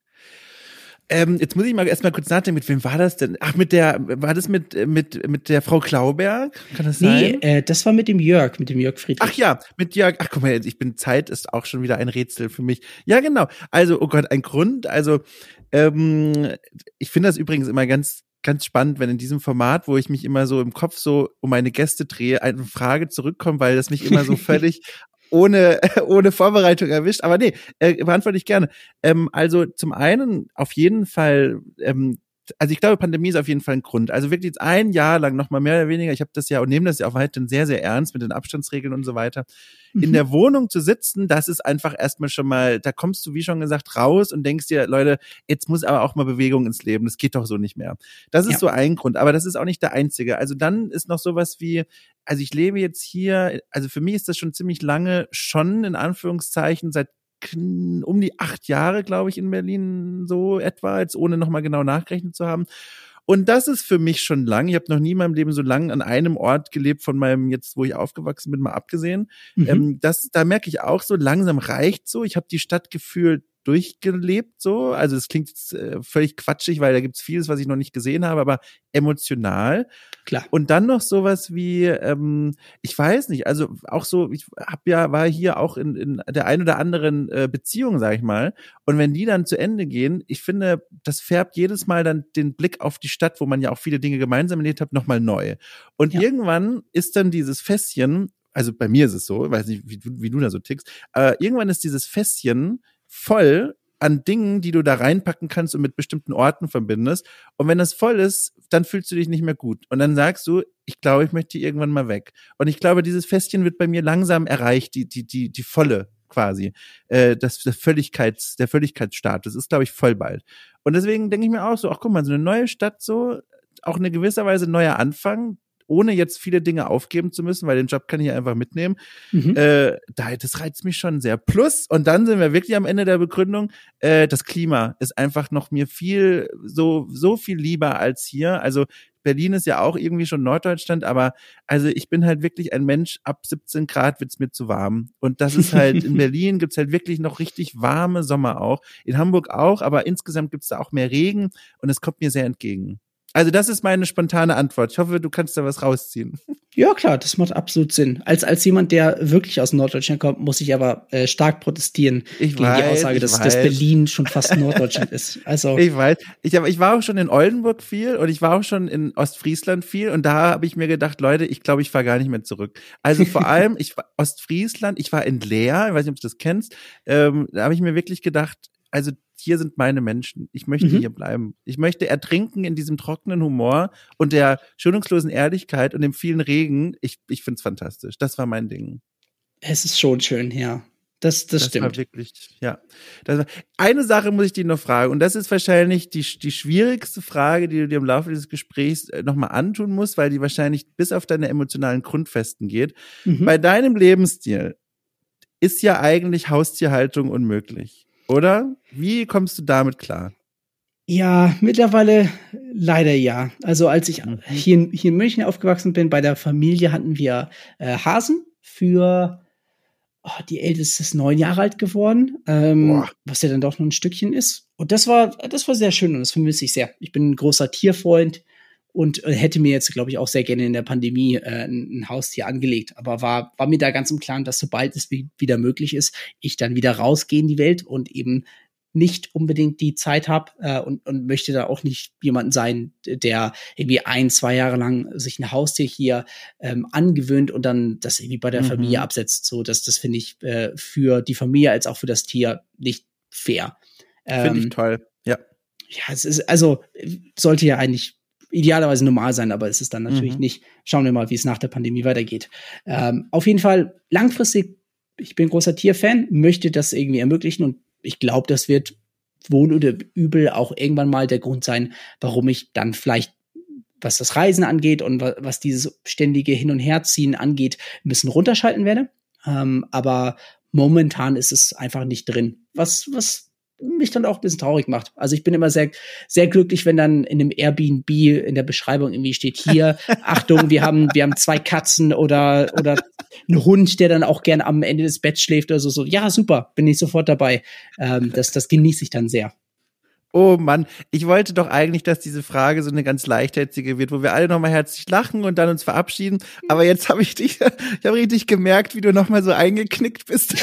Jetzt muss ich mal erstmal kurz nachdenken, mit wem war das denn? Ach, war das mit der Frau Klauberg? Kann das sein? Nee, das war mit dem Jörg Friedrich. Ach ja, mit Jörg. Ach, guck mal, Zeit ist auch schon wieder ein Rätsel für mich. Ja, genau. Also, oh Gott, ein Grund. Also, ich finde das übrigens immer ganz spannend, wenn in diesem Format, wo ich mich immer so im Kopf so um meine Gäste drehe, eine Frage zurückkommt, weil das mich immer so völlig ohne Vorbereitung erwischt. Aber nee, beantworte ich gerne. Also zum einen auf jeden Fall, also ich glaube, Pandemie ist auf jeden Fall ein Grund. Also wirklich jetzt ein Jahr lang noch mal mehr oder weniger, ich habe das ja und nehme das ja auch weiterhin sehr, sehr ernst mit den Abstandsregeln und so weiter. In der Wohnung zu sitzen, das ist einfach erstmal schon mal, da kommst du, wie schon gesagt, raus und denkst dir, Leute, jetzt muss aber auch mal Bewegung ins Leben, das geht doch so nicht mehr. Das ist so ein Grund, aber das ist auch nicht der einzige. Also dann ist noch sowas wie, also ich lebe jetzt hier, also für mich ist das schon ziemlich lange, schon in Anführungszeichen, seit um die 8 Jahre, glaube ich, in Berlin so etwa, jetzt ohne nochmal genau nachgerechnet zu haben. Und das ist für mich schon lang. Ich habe noch nie in meinem Leben so lang an einem Ort gelebt, von meinem jetzt, wo ich aufgewachsen bin, mal abgesehen. Da merke ich auch so, langsam reicht so. Ich habe die Stadt gefühlt durchgelebt so. Also es klingt jetzt, völlig quatschig, weil da gibt's vieles, was ich noch nicht gesehen habe, aber emotional. Klar. Und dann noch sowas wie, ich weiß nicht, also auch so, war hier auch in der ein oder anderen Beziehung, sag ich mal. Und wenn die dann zu Ende gehen, ich finde, das färbt jedes Mal dann den Blick auf die Stadt, wo man ja auch viele Dinge gemeinsam erlebt hat, nochmal neu. Und irgendwann ist dann dieses Fässchen, also bei mir ist es so, weiß nicht, wie du da so tickst, aber irgendwann ist dieses Fässchen voll an Dingen, die du da reinpacken kannst und mit bestimmten Orten verbindest. Und wenn das voll ist, dann fühlst du dich nicht mehr gut. Und dann sagst du, ich glaube, ich möchte irgendwann mal weg. Und ich glaube, dieses Fässchen wird bei mir langsam erreicht, die volle quasi. Der Völligkeitsstatus ist, glaube ich, voll bald. Und deswegen denke ich mir auch so, ach guck mal, so eine neue Stadt so, auch eine gewisser Weise neuer Anfang, ohne jetzt viele Dinge aufgeben zu müssen, weil den Job kann ich ja einfach mitnehmen. Das reizt mich schon sehr. Plus, und dann sind wir wirklich am Ende der Begründung, das Klima ist einfach noch mir so viel lieber als hier. Also Berlin ist ja auch irgendwie schon Norddeutschland, aber also ich bin halt wirklich ein Mensch, ab 17 Grad wird's mir zu warm. Und das ist halt, in Berlin gibt's halt wirklich noch richtig warme Sommer auch. In Hamburg auch, aber insgesamt gibt's da auch mehr Regen und es kommt mir sehr entgegen. Also das ist meine spontane Antwort. Ich hoffe, du kannst da was rausziehen. Ja, klar, das macht absolut Sinn. Als jemand, der wirklich aus Norddeutschland kommt, muss ich aber stark protestieren gegen die Aussage, dass Berlin schon fast Norddeutschland ist. Also ich weiß. Ich war auch schon in Oldenburg viel und ich war auch schon in Ostfriesland viel und da habe ich mir gedacht, Leute, ich glaube, ich fahre gar nicht mehr zurück. Also vor allem, Ostfriesland, ich war in Leer, ich weiß nicht, ob du das kennst, da habe ich mir wirklich gedacht, also hier sind meine Menschen. Ich möchte hier bleiben. Ich möchte ertrinken in diesem trockenen Humor und der schonungslosen Ehrlichkeit und dem vielen Regen. Ich find's fantastisch. Das war mein Ding. Es ist schon schön, ja. Das stimmt. War wirklich, ja. Eine Sache muss ich dir noch fragen und das ist wahrscheinlich die schwierigste Frage, die du dir im Laufe dieses Gesprächs nochmal antun musst, weil die wahrscheinlich bis auf deine emotionalen Grundfesten geht. Bei deinem Lebensstil ist ja eigentlich Haustierhaltung unmöglich. Oder? Wie kommst du damit klar? Ja, mittlerweile leider ja. Also als ich hier in München aufgewachsen bin, bei der Familie hatten wir Hasen für die älteste ist 9 Jahre alt geworden, was ja dann doch noch ein Stückchen ist. Und das war sehr schön und das vermisse ich sehr. Ich bin ein großer Tierfreund und hätte mir jetzt, glaube ich, auch sehr gerne in der Pandemie ein Haustier angelegt. Aber war mir da ganz im Klaren, dass sobald es wieder möglich ist, ich dann wieder rausgehe in die Welt und eben nicht unbedingt die Zeit habe und möchte da auch nicht jemanden sein, der irgendwie 1-2 Jahre lang sich ein Haustier hier angewöhnt und dann das irgendwie bei der Familie absetzt. So, das finde ich für die Familie als auch für das Tier nicht fair. Finde ich toll, ja. Ja, es ist, also sollte ja eigentlich idealerweise normal sein, aber es ist dann natürlich nicht. Schauen wir mal, wie es nach der Pandemie weitergeht. Auf jeden Fall langfristig, ich bin großer Tierfan, möchte das irgendwie ermöglichen und ich glaube, das wird wohl oder übel auch irgendwann mal der Grund sein, warum ich dann vielleicht, was das Reisen angeht und was dieses ständige Hin- und Herziehen angeht, ein bisschen runterschalten werde. Aber momentan ist es einfach nicht drin. Was mich dann auch ein bisschen traurig macht. Also ich bin immer sehr, sehr glücklich, wenn dann in einem Airbnb in der Beschreibung irgendwie steht, hier, Achtung, wir haben 2 Katzen oder einen Hund, der dann auch gern am Ende des Betts schläft oder so. Ja, super, bin ich sofort dabei. Das genieße ich dann sehr. Oh Mann, ich wollte doch eigentlich, dass diese Frage so eine ganz leichtherzige wird, wo wir alle nochmal herzlich lachen und dann uns verabschieden. Aber jetzt habe ich habe richtig gemerkt, wie du nochmal so eingeknickt bist.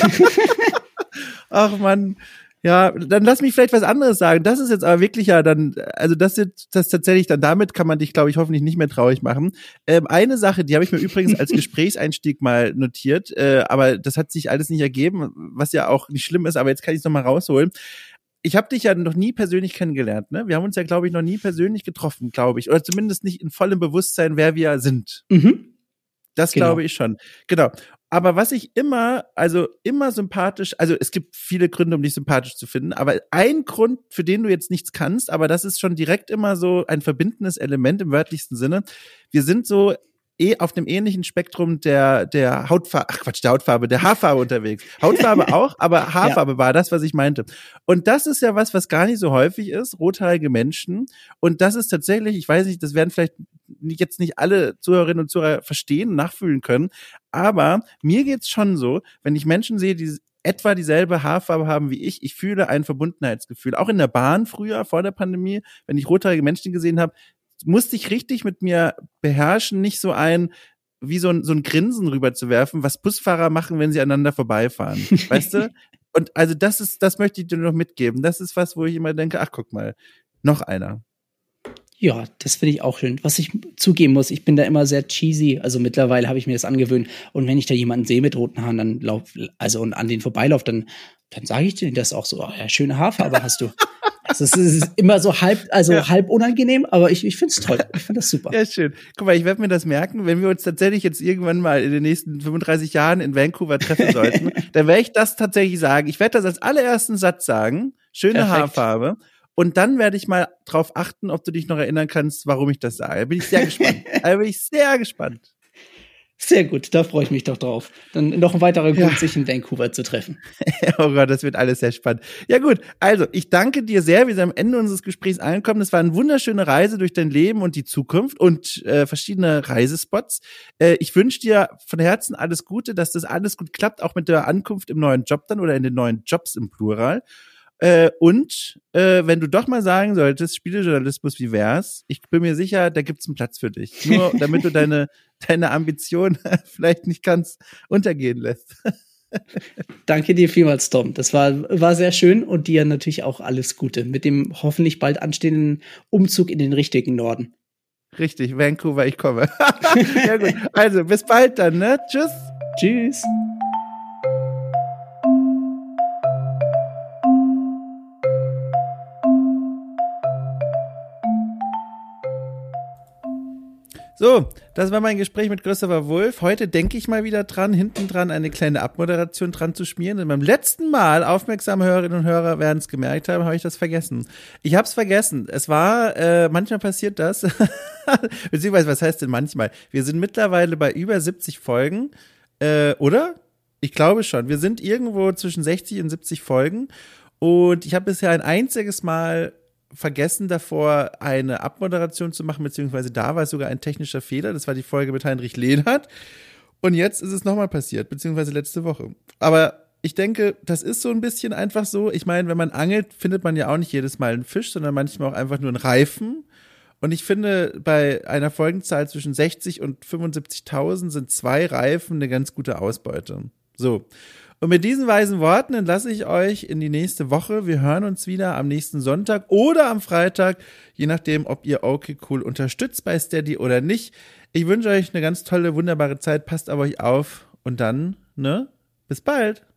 Ach Mann. Ja, dann lass mich vielleicht was anderes sagen. Das ist jetzt aber wirklich ja dann, also das tatsächlich dann, damit kann man dich, glaube ich, hoffentlich nicht mehr traurig machen. Eine Sache, die habe ich mir übrigens als Gesprächseinstieg mal notiert, aber das hat sich alles nicht ergeben, was ja auch nicht schlimm ist, aber jetzt kann ich es nochmal rausholen. Ich habe dich ja noch nie persönlich kennengelernt, ne? Wir haben uns ja, glaube ich, noch nie persönlich getroffen, glaube ich. Oder zumindest nicht in vollem Bewusstsein, wer wir sind. Das glaube ich schon. Genau. Aber was ich immer sympathisch, also es gibt viele Gründe, um dich sympathisch zu finden, aber ein Grund, für den du jetzt nichts kannst, aber das ist schon direkt immer so ein verbindendes Element im wörtlichsten Sinne. Wir sind so auf dem ähnlichen Spektrum der Hautfarbe, der Haarfarbe unterwegs. Hautfarbe auch, aber Haarfarbe war das, was ich meinte. Und das ist ja was gar nicht so häufig ist, rothaarige Menschen. Und das ist tatsächlich, ich weiß nicht, das werden vielleicht jetzt nicht alle Zuhörerinnen und Zuhörer verstehen, nachfühlen können, aber mir geht's schon so, wenn ich Menschen sehe, die etwa dieselbe Haarfarbe haben wie ich fühle ein Verbundenheitsgefühl. Auch in der Bahn früher, vor der Pandemie, wenn ich rothaarige Menschen gesehen habe, musste ich richtig mit mir beherrschen, nicht so wie so ein Grinsen rüberzuwerfen, was Busfahrer machen, wenn sie aneinander vorbeifahren. Weißt du? Und also das möchte ich dir noch mitgeben. Das ist was, wo ich immer denke, ach, guck mal, noch einer. Ja, das finde ich auch schön. Was ich zugeben muss, ich bin da immer sehr cheesy. Also mittlerweile habe ich mir das angewöhnt. Und wenn ich da jemanden sehe mit roten Haaren, dann und an denen vorbeilaufe, dann sage ich denen das auch so, oh, ja, schöne Haarfarbe hast du. Also es ist immer so halb unangenehm, aber ich finde es toll. Ich finde das super. Ja, schön. Guck mal, ich werde mir das merken, wenn wir uns tatsächlich jetzt irgendwann mal in den nächsten 35 Jahren in Vancouver treffen sollten, dann werde ich das tatsächlich sagen. Ich werde das als allerersten Satz sagen. Schöne Perfekt. Haarfarbe. Und dann werde ich mal drauf achten, ob du dich noch erinnern kannst, warum ich das sage. Da bin ich sehr gespannt. Sehr gut, da freue ich mich doch drauf. Dann noch ein weiterer Grund, sich in Vancouver zu treffen. Oh Gott, das wird alles sehr spannend. Ja gut, also ich danke dir sehr. Wir sind am Ende unseres Gesprächs angekommen. Das war eine wunderschöne Reise durch dein Leben und die Zukunft und verschiedene Reisespots. Ich wünsche dir von Herzen alles Gute, dass das alles gut klappt, auch mit der Ankunft im neuen Job dann oder in den neuen Jobs im Plural. Und wenn du doch mal sagen solltest, Spielejournalismus, wie wär's? Ich bin mir sicher, da gibt's einen Platz für dich. Nur damit du deine Ambition vielleicht nicht ganz untergehen lässt. Danke dir vielmals, Tom. Das war sehr schön und dir natürlich auch alles Gute mit dem hoffentlich bald anstehenden Umzug in den richtigen Norden. Richtig, Vancouver, ich komme. Ja gut, also bis bald dann, ne? Tschüss. Tschüss. So, das war mein Gespräch mit Christopher Wulff. Heute denke ich mal wieder dran, hinten dran eine kleine Abmoderation dran zu schmieren. Denn beim letzten Mal, aufmerksame Hörerinnen und Hörer werden es gemerkt haben, habe ich das vergessen. Ich habe es vergessen. Es war, manchmal passiert das. Beziehungsweise, was heißt denn manchmal? Wir sind mittlerweile bei über 70 Folgen, oder? Ich glaube schon. Wir sind irgendwo zwischen 60 und 70 Folgen. Und ich habe bisher ein einziges Mal vergessen davor, eine Abmoderation zu machen, beziehungsweise da war es sogar ein technischer Fehler. Das war die Folge mit Heinrich Lehnhardt. Und jetzt ist es nochmal passiert, beziehungsweise letzte Woche. Aber ich denke, das ist so ein bisschen einfach so. Ich meine, wenn man angelt, findet man ja auch nicht jedes Mal einen Fisch, sondern manchmal auch einfach nur einen Reifen. Und ich finde, bei einer Folgenzahl zwischen 60 und 75.000 sind 2 Reifen eine ganz gute Ausbeute. So. Und mit diesen weisen Worten entlasse ich euch in die nächste Woche. Wir hören uns wieder am nächsten Sonntag oder am Freitag, je nachdem, ob ihr okay cool unterstützt bei Steady oder nicht. Ich wünsche euch eine ganz tolle, wunderbare Zeit. Passt auf euch auf und dann, bis bald.